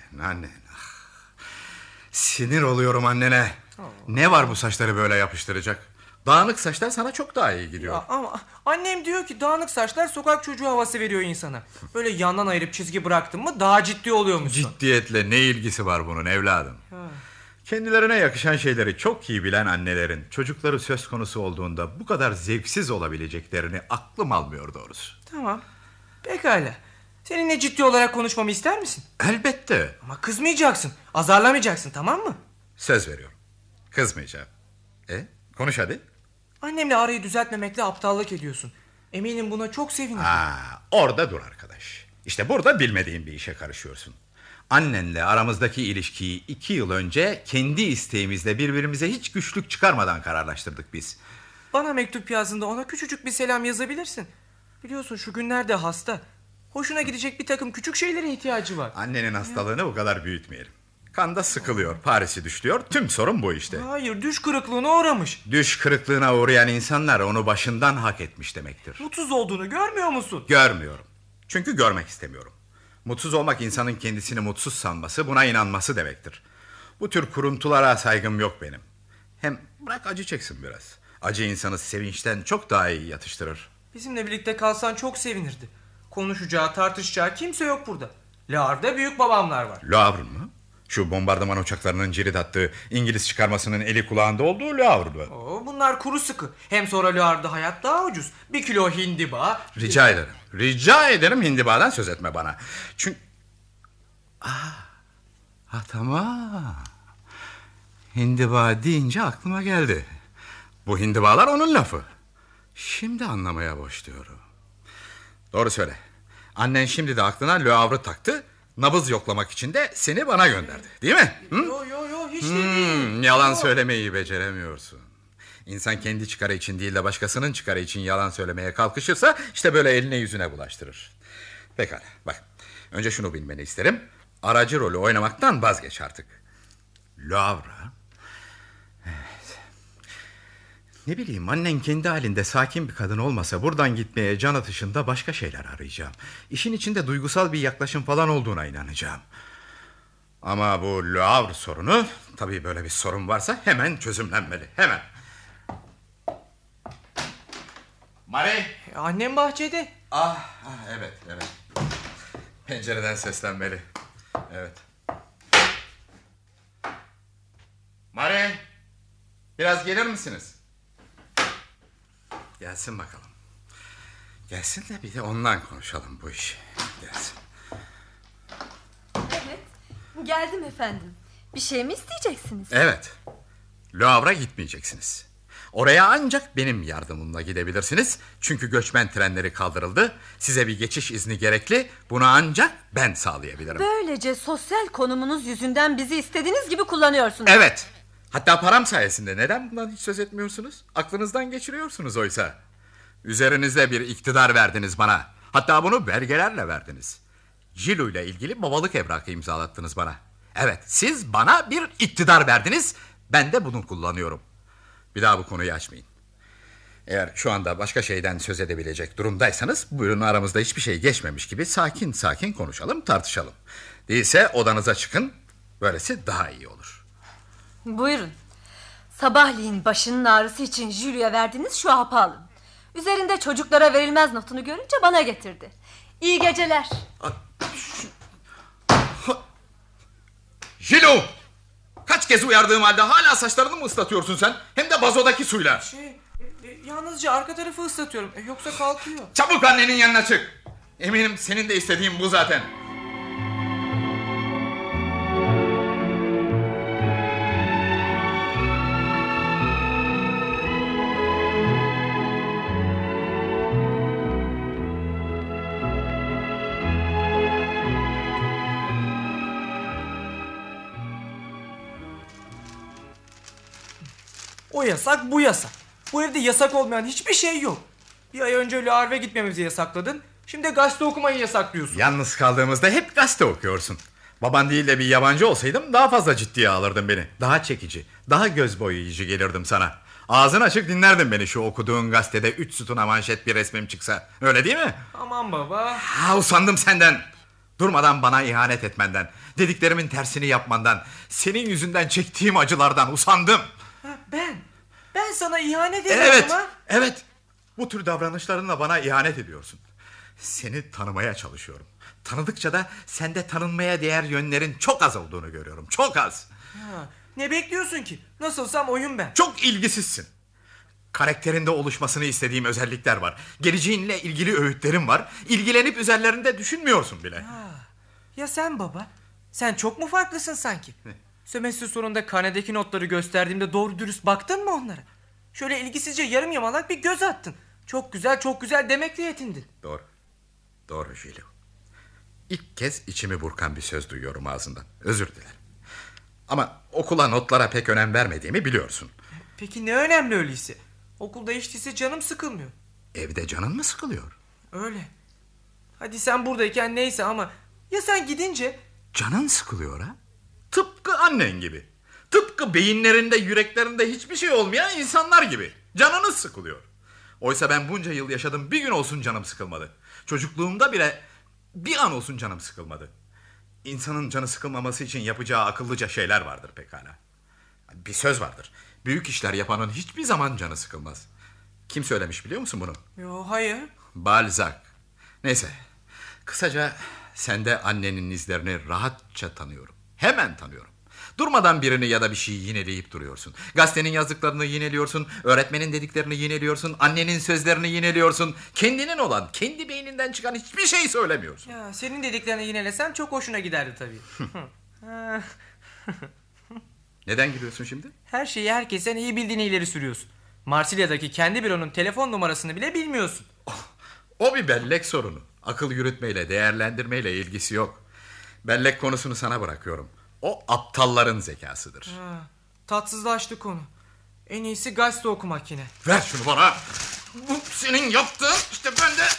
Sinir oluyorum annene. Ne var bu saçları böyle yapıştıracak? Dağınık saçlar sana çok daha iyi gidiyor. Ama annem diyor ki dağınık saçlar sokak çocuğu havası veriyor insana. Böyle yandan ayırıp çizgi bıraktın mı daha ciddi oluyormuşsun. Ciddiyetle ne ilgisi var bunun evladım? Kendilerine yakışan şeyleri çok iyi bilen annelerin çocukları söz konusu olduğunda bu kadar zevksiz olabileceklerini aklım almıyor doğrusu. Tamam. Pekala. Seninle ciddi olarak konuşmamı ister misin? Elbette. Ama kızmayacaksın, azarlamayacaksın, tamam mı? Söz veriyorum. Kızmayacağım. Konuş hadi. Annemle arayı düzeltmemekle aptallık ediyorsun. Eminim buna çok sevinir. Orada dur arkadaş. İşte burada bilmediğin bir işe karışıyorsun. Annenle aramızdaki ilişkiyi 2 yıl önce kendi isteğimizle birbirimize hiç güçlük çıkarmadan kararlaştırdık biz. Bana mektup yazdığında ona küçücük bir selam yazabilirsin. Biliyorsun şu günlerde hasta. Hoşuna gidecek bir takım küçük şeylere ihtiyacı var. Annenin hastalığını bu kadar büyütmeyelim. Kanda sıkılıyor, Paris'i düşlüyor. Tüm sorun bu işte. Hayır, düş kırıklığına uğramış. Düş kırıklığına uğrayan insanlar onu başından hak etmiş demektir. Mutsuz olduğunu görmüyor musun? Görmüyorum. Çünkü görmek istemiyorum. Mutsuz olmak insanın kendisini mutsuz sanması, buna inanması demektir. Bu tür kuruntulara saygım yok benim. Hem bırak acı çeksin biraz. Acı insanı sevinçten çok daha iyi yatıştırır. Bizimle birlikte kalsan çok sevinirdi. Konuşacağı, tartışacağı kimse yok burada. Le Havre'da büyük babamlar var. Le Havre mı? Şu bombardıman uçaklarının cirit attığı, İngiliz çıkarmasının eli kulağında olduğu Le Havre. Bunlar kuru sıkı. Hem sonra Le Havre'da hayat daha ucuz. 1 kilo hindiba. Rica ederim. Rica ederim hindibadan söz etme bana. Çünkü... Tamam. Hindiba deyince aklıma geldi. Bu hindibalar onun lafı. Şimdi anlamaya başlıyorum. Doğru söyle. Annen şimdi de aklına Le Havre taktı. Nabız yoklamak için de seni bana gönderdi. Değil mi? Yo hiç de değil. Yalan söylemeyi beceremiyorsun. İnsan kendi çıkarı için değil de başkasının çıkarı için yalan söylemeye kalkışırsa işte böyle eline yüzüne bulaştırır. Pekala bak. Önce şunu bilmeni isterim. Aracı rolü oynamaktan vazgeç artık. Le Havre. Evet. Ne bileyim, annen kendi halinde sakin bir kadın olmasa buradan gitmeye can atışında başka şeyler arayacağım. İşin içinde duygusal bir yaklaşım falan olduğuna inanacağım. Ama bu Le Havre sorunu, tabii böyle bir sorun varsa hemen çözümlenmeli. Hemen. Marie. Annem bahçede. Evet. Pencereden seslenmeli. Evet. Marie. Biraz gelir misiniz? Gelsin bakalım. Gelsin de bir de ondan konuşalım bu işi. Gelsin. Evet, geldim efendim. Bir şey mi isteyeceksiniz? Evet. Le Havre'a gitmeyeceksiniz. Oraya ancak benim yardımımla gidebilirsiniz. Çünkü göçmen trenleri kaldırıldı. Size bir geçiş izni gerekli. Bunu ancak ben sağlayabilirim. Böylece sosyal konumunuz yüzünden bizi istediğiniz gibi kullanıyorsunuz. Evet. Hatta param sayesinde. Neden bundan hiç söz etmiyorsunuz? Aklınızdan geçiriyorsunuz oysa. Üzerinizde bir iktidar verdiniz bana. Hatta bunu belgelerle verdiniz. Gilo ile ilgili babalık evrakı imzalattınız bana. Evet, siz bana bir iktidar verdiniz. Ben de bunu kullanıyorum. Bir daha bu konuyu açmayın. Eğer şu anda başka şeyden söz edebilecek durumdaysanız buyurun, aramızda hiçbir şey geçmemiş gibi sakin sakin konuşalım, tartışalım. Değilse odanıza çıkın. Böylesi daha iyi olur. Buyurun. Sabahleyin başının ağrısı için Julio'ya verdiğiniz şu hapı alın. Üzerinde çocuklara verilmez notunu görünce bana getirdi. İyi geceler. Gilo! Kaç kez uyardığım halde hala saçlarını mı ıslatıyorsun sen? Hem de bazodaki suyla. Yalnızca arka tarafı ıslatıyorum. Yoksa kalkıyor. Çabuk annenin yanına çık. Eminim senin de istediğin bu zaten. O yasak, bu yasak. Bu evde yasak olmayan hiçbir şey yok. Bir ay önce Le Havre'e gitmemizi yasakladın. Şimdi gazete okumayı yasaklıyorsun. Yalnız kaldığımızda hep gazete okuyorsun. Baban değil de bir yabancı olsaydım daha fazla ciddiye alırdın beni. Daha çekici, daha göz boyayıcı gelirdim sana. Ağzın açık dinlerdin beni şu okuduğun gazetede 3 sütuna manşet bir resmim çıksa. Öyle değil mi? Aman baba. Usandım senden. Durmadan bana ihanet etmenden, dediklerimin tersini yapmandan, senin yüzünden çektiğim acılardan usandım. Ben sana ihanet ediyorum ama. Evet. Bu tür davranışlarınla bana ihanet ediyorsun. Seni tanımaya çalışıyorum. Tanıdıkça da sende tanınmaya değer yönlerin çok az olduğunu görüyorum. Çok az. Ne bekliyorsun ki? Nasılsam oyun ben. Çok ilgisizsin. Karakterinde oluşmasını istediğim özellikler var. Geleceğinle ilgili öğütlerim var. İlgilenip üzerlerinde düşünmüyorsun bile. Ya sen baba? Sen çok mu farklısın sanki? Sömestr sonunda karnedeki notları gösterdiğimde doğru dürüst baktın mı onlara? Şöyle ilgisizce yarım yamalak bir göz attın. Çok güzel, çok güzel demekle yetindin. Doğru. Doğru Jilo. İlk kez içimi burkan bir söz duyuyorum ağzından. Özür dilerim. Ama okula, notlara pek önem vermediğimi biliyorsun. Peki ne önemli öyleyse? Okulda hiç değilse canım sıkılmıyor. Evde canın mı sıkılıyor? Öyle. Hadi sen buradayken neyse ama ya sen gidince? Canın sıkılıyor ha? Tıpkı annen gibi. Tıpkı beyinlerinde, yüreklerinde hiçbir şey olmayan insanlar gibi. Canınız sıkılıyor. Oysa ben bunca yıl yaşadım, bir gün olsun canım sıkılmadı. Çocukluğumda bile bir an olsun canım sıkılmadı. İnsanın canı sıkılmaması için yapacağı akıllıca şeyler vardır pekala. Bir söz vardır. Büyük işler yapanın hiçbir zaman canı sıkılmaz. Kim söylemiş biliyor musun bunu? Yo, hayır. Balzac. Neyse. Kısaca sende annenin izlerini rahatça tanıyorum. Hemen tanıyorum. Durmadan birini ya da bir şeyi yineleyip duruyorsun. Gazetenin yazdıklarını yineliyorsun. Öğretmenin dediklerini yineliyorsun. Annenin sözlerini yineliyorsun. Kendinin olan, kendi beyninden çıkan hiçbir şey söylemiyorsun. Ya senin dediklerini yinelesem çok hoşuna giderdi tabii. Neden gülüyorsun şimdi? Her şeyi herkesten iyi bildiğini ileri sürüyorsun. Marsilya'daki kendi büronun telefon numarasını bile bilmiyorsun. O bir bellek sorunu. Akıl yürütmeyle, değerlendirmeyle ilgisi yok. Bellek konusunu sana bırakıyorum. O aptalların zekasıdır. Tatsızlaştı konu. En iyisi gazete okumak yine. Ver şunu bana. Bu senin yaptığın, işte ben de...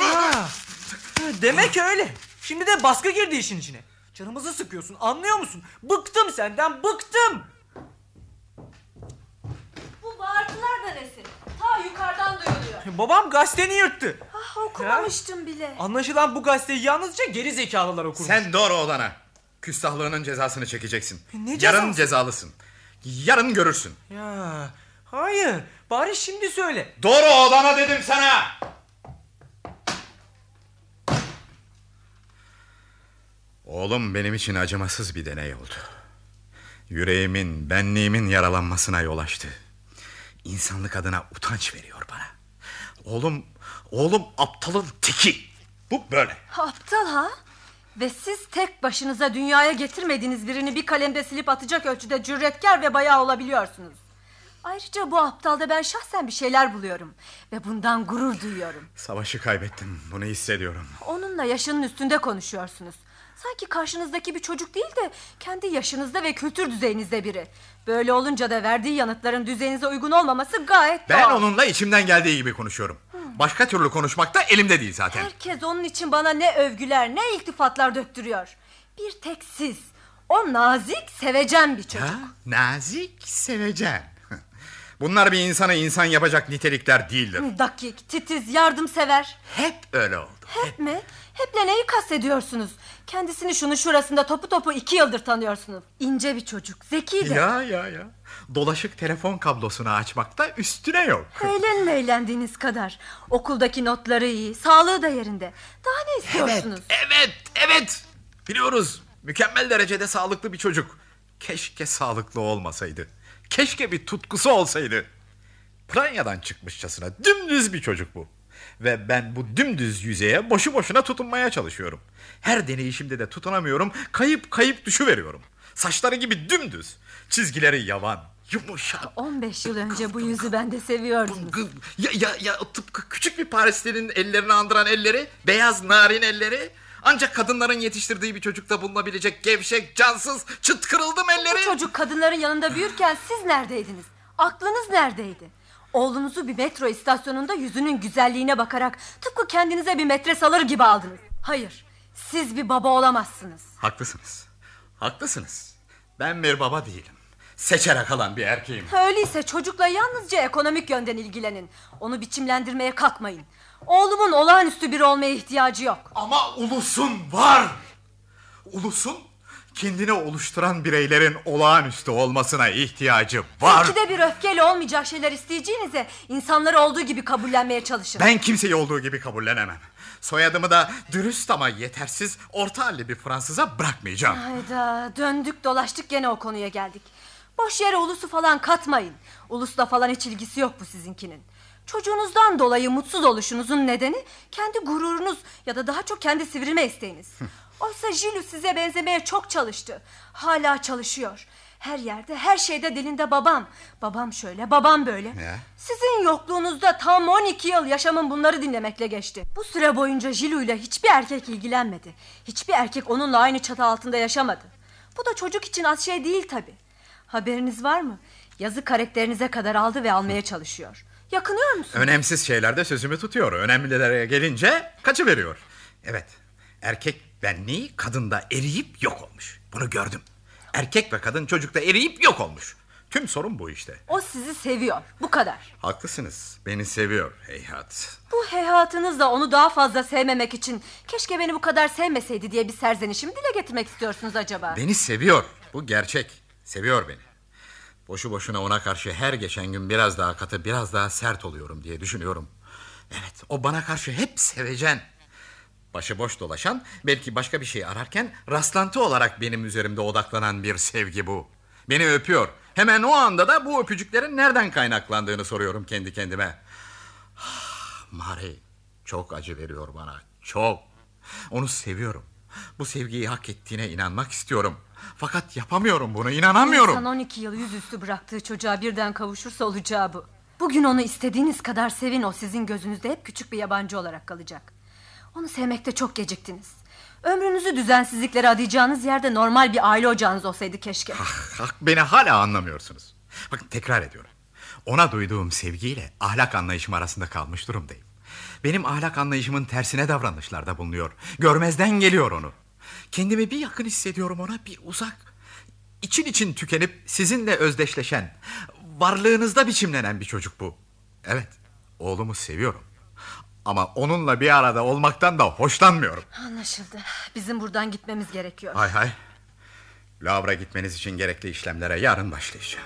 Demek öyle. Şimdi de baskı girdi işin içine. Canımızı sıkıyorsun, anlıyor musun? Bıktım senden, bıktım. Bu bağırtılar da nesi? Ta yukarıdan duyuluyor. Babam gazeteni yırttı. Okumamıştım bile. Anlaşılan bu gazeteyi yalnızca geri zekalılar okurmuş. Sen doğru odana. Küstahlığının cezasını çekeceksin. Ne Yarın cezası? cezalısın. Yarın görürsün. Ya, hayır. Bari şimdi söyle. Doğru odana dedim sana. Oğlum benim için acımasız bir deney oldu. Yüreğimin, benliğimin yaralanmasına yol açtı. İnsanlık adına utanç veriyor bana. Oğlum aptalın teki. Bu böyle. Aptal ha? Ve siz tek başınıza dünyaya getirmediğiniz birini bir kalemde silip atacak ölçüde cüretkar ve bayağı olabiliyorsunuz. Ayrıca bu aptalda ben şahsen bir şeyler buluyorum. Ve bundan gurur duyuyorum. Savaşı kaybettim, bunu hissediyorum. Onunla yaşının üstünde konuşuyorsunuz. Sanki karşınızdaki bir çocuk değil de kendi yaşınızda ve kültür düzeyinizde biri. Böyle olunca da verdiği yanıtların düzeyinize uygun olmaması gayet doğal. Ben onunla içimden geldiği gibi konuşuyorum. Başka türlü konuşmak da elimde değil zaten. Herkes onun için bana ne övgüler ne iltifatlar döktürüyor. Bir tek siz. O nazik, sevecen bir çocuk. Ha? Nazik, sevecen. Bunlar bir insanı insan yapacak nitelikler değildir. Dakik, titiz, yardımsever. Hep öyle oldu. Hep mi? Heple neyi kastediyorsunuz? Kendisini şunu şurasında topu topu 2 yıldır tanıyorsunuz. İnce bir çocuk, zeki de. Ya. Dolaşık telefon kablosunu açmakta üstüne yok. Eğlendiğiniz kadar. Okuldaki notları iyi, sağlığı da yerinde. Daha ne istiyorsunuz? Evet. Biliyoruz. Mükemmel derecede sağlıklı bir çocuk. Keşke sağlıklı olmasaydı. Keşke bir tutkusu olsaydı. Pranyadan çıkmışçasına dümdüz bir çocuk bu. Ve ben bu dümdüz yüzeye boşu boşuna tutunmaya çalışıyorum. Her deneyişimde de tutunamıyorum. Kayıp düşüveriyorum. Saçları gibi dümdüz. Çizgileri yavan, yumuşak. 15 yıl önce bu yüzü ben de seviyordum. Ya tıpkı küçük bir Parisli'nin ellerini andıran elleri. Beyaz narin elleri. Ancak kadınların yetiştirdiği bir çocukta bulunabilecek gevşek, cansız, çıt kırıldım elleri. Bu çocuk kadınların yanında büyürken siz neredeydiniz? Aklınız neredeydi? Oğlunuzu bir metro istasyonunda yüzünün güzelliğine bakarak tıpkı kendinize bir metres alır gibi aldınız. Hayır, siz bir baba olamazsınız. Haklısınız. Ben bir baba değilim. Seçerek alan bir erkeğim. Öyleyse çocukla yalnızca ekonomik yönden ilgilenin. Onu biçimlendirmeye kalkmayın. Oğlumun olağanüstü biri olmaya ihtiyacı yok. Ama ulusun var. Ulusun kendini oluşturan bireylerin olağanüstü olmasına ihtiyacı var. İkide bir öfkeyle olmayacak şeyler isteyeceğinize insanları olduğu gibi kabullenmeye çalışın. Ben kimseyi olduğu gibi kabullenemem. Soyadımı da dürüst ama yetersiz orta halli bir Fransız'a bırakmayacağım. Hayda, döndük dolaştık gene o konuya geldik. Boş yere ulusu falan katmayın. Ulusla falan hiç ilgisi yok bu sizinkinin. Çocuğunuzdan dolayı mutsuz oluşunuzun nedeni kendi gururunuz ya da daha çok kendi sivrilme isteğiniz. Oysa Jilu size benzemeye çok çalıştı. Hala çalışıyor. Her yerde, her şeyde dilinde babam. Babam şöyle, babam böyle. Ya. Sizin yokluğunuzda tam 12 yıl yaşamım bunları dinlemekle geçti. Bu süre boyunca Jilu ile hiçbir erkek ilgilenmedi. Hiçbir erkek onunla aynı çatı altında yaşamadı. Bu da çocuk için az şey değil tabii. Haberiniz var mı? Yazı karakterinize kadar aldı ve almaya çalışıyor. Yakınıyor musunuz? Önemsiz şeylerde sözümü tutuyor. Önemlilere gelince kaçıveriyor. Evet, erkek benliği kadında eriyip yok olmuş. Bunu gördüm. Erkek ve kadın çocukta eriyip yok olmuş. Tüm sorun bu işte. O sizi seviyor, bu kadar. Haklısınız, beni seviyor heyhat. Bu heyhatınızla onu daha fazla sevmemek için keşke beni bu kadar sevmeseydi diye bir serzenişimi dile getirmek istiyorsunuz acaba? Beni seviyor, bu gerçek. Seviyor beni. Boşu boşuna ona karşı her geçen gün biraz daha katı, biraz daha sert oluyorum diye düşünüyorum. Evet, o bana karşı hep sevecen. Başıboş dolaşan, belki başka bir şey ararken rastlantı olarak benim üzerimde odaklanan bir sevgi bu. Beni öpüyor. Hemen o anda da bu öpücüklerin nereden kaynaklandığını soruyorum kendi kendime. Mari çok acı veriyor bana, çok. Onu seviyorum. Bu sevgiyi hak ettiğine inanmak istiyorum. Fakat yapamıyorum bunu, inanamıyorum. İnsan 12 yıl yüzüstü bıraktığı çocuğa birden kavuşursa olacağı bu. Bugün onu istediğiniz kadar sevin, o sizin gözünüzde hep küçük bir yabancı olarak kalacak. Onu sevmekte çok geciktiniz. Ömrünüzü düzensizliklere adayacağınız yerde normal bir aile ocağınız olsaydı keşke. Beni hala anlamıyorsunuz. Bakın tekrar ediyorum. Ona duyduğum sevgiyle ahlak anlayışım arasında kalmış durumdayım. Benim ahlak anlayışımın tersine davranışlarda bulunuyor. Görmezden geliyor onu. Kendimi bir yakın hissediyorum ona, bir uzak. İçin için tükenip sizinle özdeşleşen, varlığınızda biçimlenen bir çocuk bu. Evet, oğlumu seviyorum. Ama onunla bir arada olmaktan da hoşlanmıyorum. Anlaşıldı. Bizim buradan gitmemiz gerekiyor. Hay hay. Lavra gitmeniz için gerekli işlemlere yarın başlayacağım.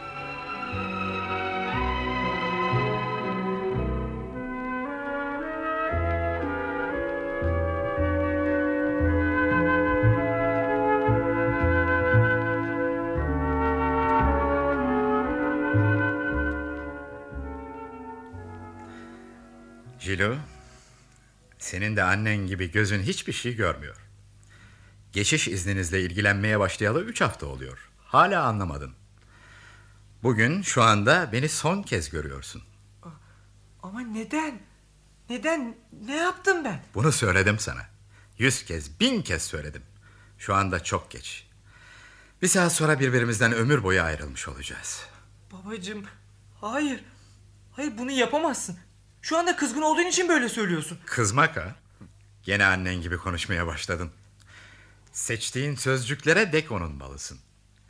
Jilu, senin de annen gibi gözün hiçbir şey görmüyor. Geçiş izninizle ilgilenmeye başlayalı 3 hafta oluyor. Hala anlamadın. Bugün şu anda beni son kez görüyorsun. Ama neden? Neden? Ne yaptım ben? Bunu söyledim sana. 100 kez, 1000 kez söyledim. Şu anda çok geç. Bir saat sonra birbirimizden ömür boyu ayrılmış olacağız. Babacığım, hayır. Hayır, bunu yapamazsın. Şu anda kızgın olduğun için böyle söylüyorsun. Kızmak ha? Gene annen gibi konuşmaya başladın. Seçtiğin sözcüklere dek onunmalısın.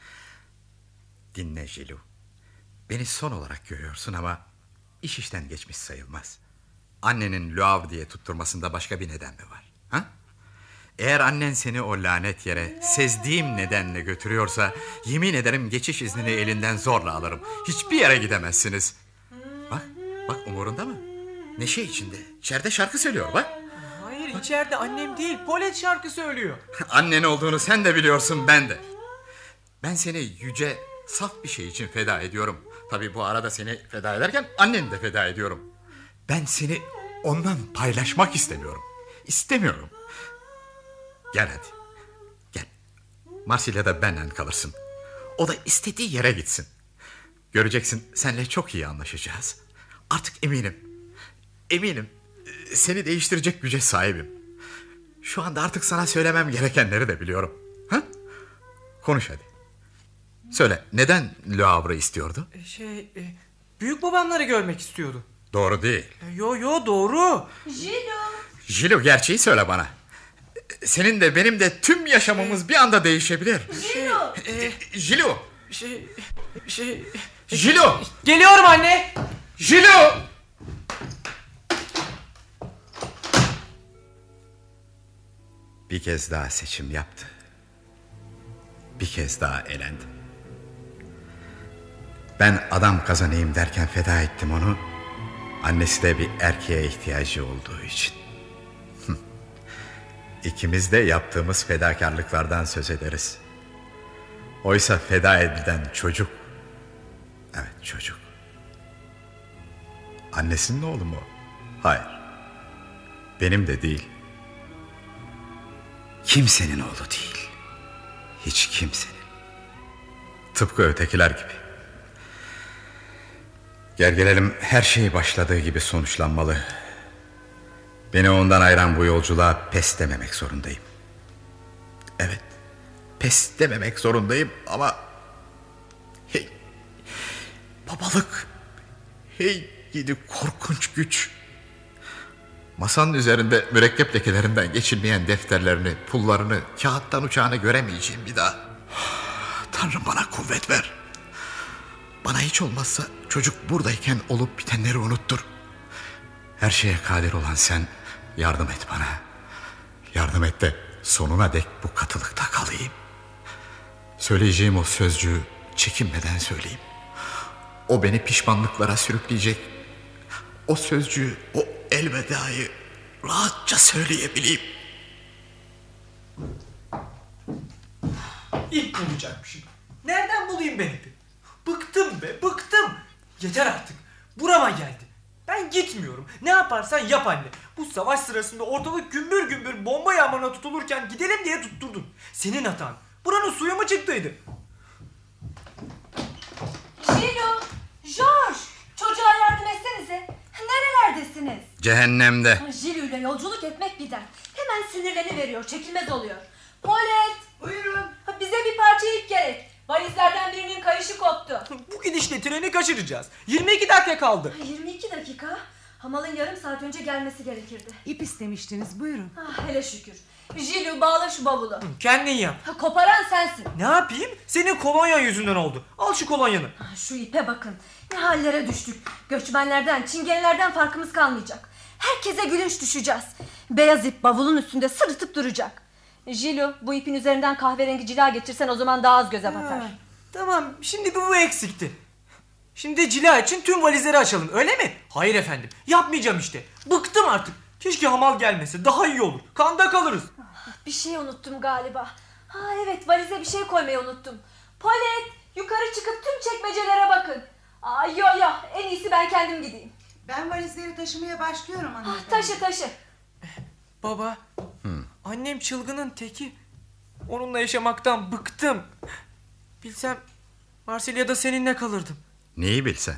Dinle Jilu. Beni son olarak görüyorsun ama iş işten geçmiş sayılmaz. Annenin Luav diye tutturmasında başka bir neden mi var? Ha? Eğer annen seni o lanet yere sezdiğim nedenle götürüyorsa, yemin ederim geçiş iznini elinden zorla alırım. Hiçbir yere gidemezsiniz. Bak umurunda mı? Neşe içinde. İçeride şarkı söylüyor bak. Hayır, içeride annem değil, Polet şarkı söylüyor. Annen olduğunu sen de biliyorsun, ben de. Ben seni yüce, saf bir şey için feda ediyorum. Tabii bu arada seni feda ederken anneni de feda ediyorum. Ben seni ondan paylaşmak istemiyorum. İstemiyorum. Gel hadi. Gel. Marsilya'da benimle kalırsın. O da istediği yere gitsin. Göreceksin, seninle çok iyi anlaşacağız. Artık eminim. Eminim. Seni değiştirecek güce sahibim. Şu anda artık sana söylemem gerekenleri de biliyorum. Ha? Konuş hadi. Söyle, neden Le Havre'ı istiyordu? Büyük babamları görmek istiyordu. Doğru değil. Yo doğru. Jilu, gerçeği söyle bana. Senin de benim de tüm yaşamımız bir anda değişebilir. Jilu. Jilu. Geliyorum anne. Jilu. Bir kez daha seçim yaptı. Bir kez daha elendim. Ben adam kazanayım derken feda ettim onu. Annesi de bir erkeğe ihtiyacı olduğu için. İkimiz de yaptığımız fedakarlıklardan söz ederiz. Oysa feda edilen çocuk. Evet, çocuk. Annesinin oğlu mu? Hayır. Benim de değil. Kimsenin oğlu değil. Hiç kimsenin. Tıpkı ötekiler gibi. Gel gelelim, her şey başladığı gibi sonuçlanmalı. Beni ondan ayıran bu yolculuğa pes dememek zorundayım. Evet, pes dememek zorundayım ama... Hey, babalık. Hey gidi korkunç güç. Masanın üzerinde mürekkep lekelerinden geçilmeyen defterlerini, pullarını, kağıttan uçağını göremeyeceğim bir daha. Tanrım, bana kuvvet ver. Bana hiç olmazsa çocuk buradayken olup bitenleri unuttur. Her şeye kadir olan sen yardım et bana. Yardım et de sonuna dek bu katılıkta kalayım. Söyleyeceğim o sözcüğü çekinmeden söyleyeyim. O beni pişmanlıklara sürükleyecek. O sözcüğü, o elvedayı rahatça söyleyebileyim. İp bulacakmışım. Nereden bulayım ben ipi? Bıktım be, bıktım. Yeter artık. Burama geldi. Ben gitmiyorum. Ne yaparsan yap anne. Bu savaş sırasında ortalık gümbür gümbür bomba yağmuruna tutulurken gidelim diye tutturdun. Senin hatan. Buranın suyu mu çıktıydı? Gilo, George, çocuğa yardım etsenize. Nerelerdesiniz? Cehennemde. Gilo ile yolculuk etmek bir dert. Hemen sinirleniveriyor, çekilmez oluyor. Paulette, Buyurun. bize bir parça ip gerek. Valizlerden birinin kayışı koptu. Bu gidişle treni kaçıracağız. 22 dakika kaldı. 22 dakika. Hamalın yarım saat önce gelmesi gerekirdi. İp istemiştiniz, buyurun. Hele şükür. Gilo, bağla şu bavulu. Kendin yap. Koparan sensin. Ne yapayım? Senin kolonya yüzünden oldu. Al şu kolonyanı. Şu ipe bakın. Ne hallere düştük. Göçmenlerden, çingenelerden farkımız kalmayacak. Herkese gülünç düşeceğiz. Beyaz ip bavulun üstünde sırıtıp duracak. Gilo, bu ipin üzerinden kahverengi cila geçirsen o zaman daha az göze batar. Tamam, şimdi bu eksikti. Şimdi cila için tüm valizleri açalım, öyle mi? Hayır efendim, yapmayacağım işte. Bıktım artık. Keşke hamal gelmese, daha iyi olur. Kanda kalırız. Bir şey unuttum galiba. Evet, valize bir şey koymayı unuttum. Paulette, yukarı çıkıp tüm çekmecelere bakın. Yo, en iyisi ben kendim gideyim. Ben valizleri taşımaya başlıyorum hanımefendi. Taşı. Baba, annem çılgının teki. Onunla yaşamaktan bıktım. Bilsem Marsilya'da seninle kalırdım. Neyi bilsen?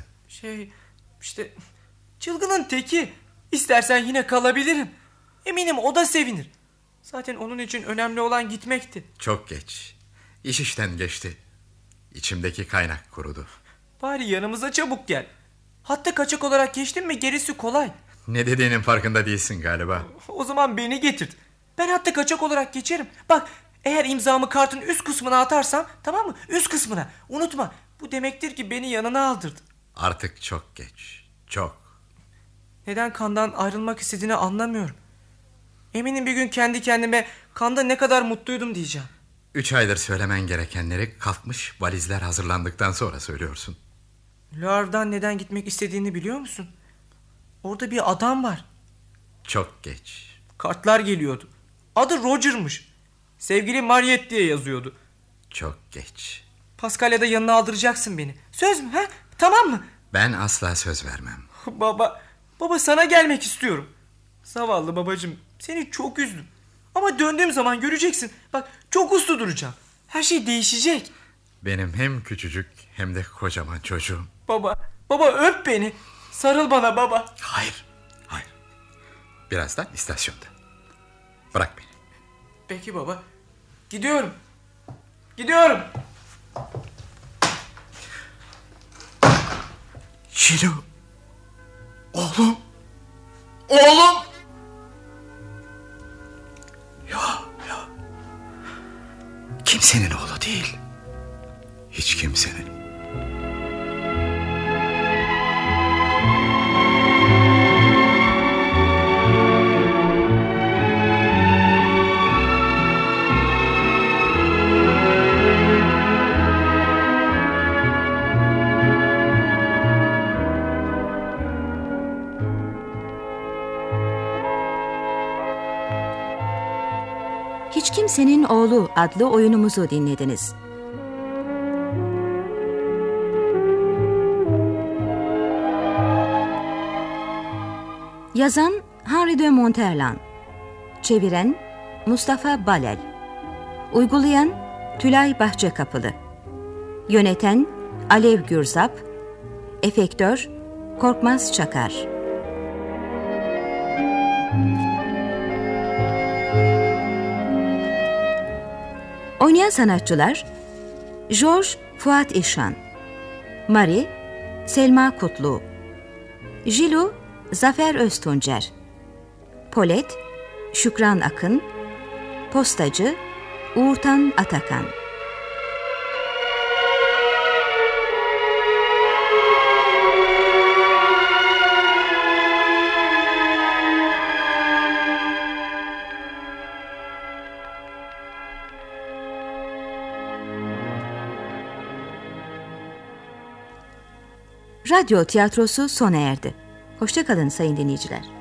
İşte çılgının teki. İstersen yine kalabilirim. Eminim o da sevinir. Zaten onun için önemli olan gitmekti. Çok geç. İş işten geçti. İçimdeki kaynak kurudu. Bari yanımıza çabuk gel. Hatta kaçak olarak geçtin mi gerisi kolay. Ne dediğinin farkında değilsin galiba. O zaman beni getirt. Ben hatta kaçak olarak geçerim. Bak, eğer imzamı kartın üst kısmına atarsam, tamam mı? Üst kısmına. Unutma. Bu demektir ki beni yanına aldırdı. Artık çok geç. Çok. Neden kandan ayrılmak istediğini anlamıyorum. Eminim bir gün kendi kendime kanda ne kadar mutluydum diyeceğim. 3 aydır söylemen gerekenleri kalkmış valizler hazırlandıktan sonra söylüyorsun. Le Havre'dan neden gitmek istediğini biliyor musun? Orada bir adam var. Çok geç. Kartlar geliyordu. Adı Roger'mış. Sevgili Mariette diye yazıyordu. Çok geç. Paskalya'da yanına aldıracaksın beni. Söz mü? Tamam mı? Ben asla söz vermem. Baba sana gelmek istiyorum. Zavallı babacığım, seni çok üzdüm. Ama döndüğüm zaman göreceksin. Bak, çok uslu duracağım. Her şey değişecek. Benim hem küçücük hem de kocaman çocuğum. Baba öp beni. Sarıl bana baba. Hayır. Birazdan istasyonda. Bırak beni. Peki baba. Gidiyorum. Gilo. Oğlum. Ya. Kimsenin oğlu değil. Hiç kimsenin. Hiç Kimsenin Oğlu adlı oyunumuzu dinlediniz. Yazan Henri de Monterland, çeviren Mustafa Balel, uygulayan Tülay Bahçekapılı, yöneten Alev Gürzap, efektör Korkmaz Çakar. Oynayan sanatçılar: George Fuat İşan, Marie Selma Kutlu, Jilu Zafer Öztuncer, Polet Şükran Akın, Postacı Uğurtan Atakan. Radyo tiyatrosu sona erdi. Hoşça kalın sayın dinleyiciler.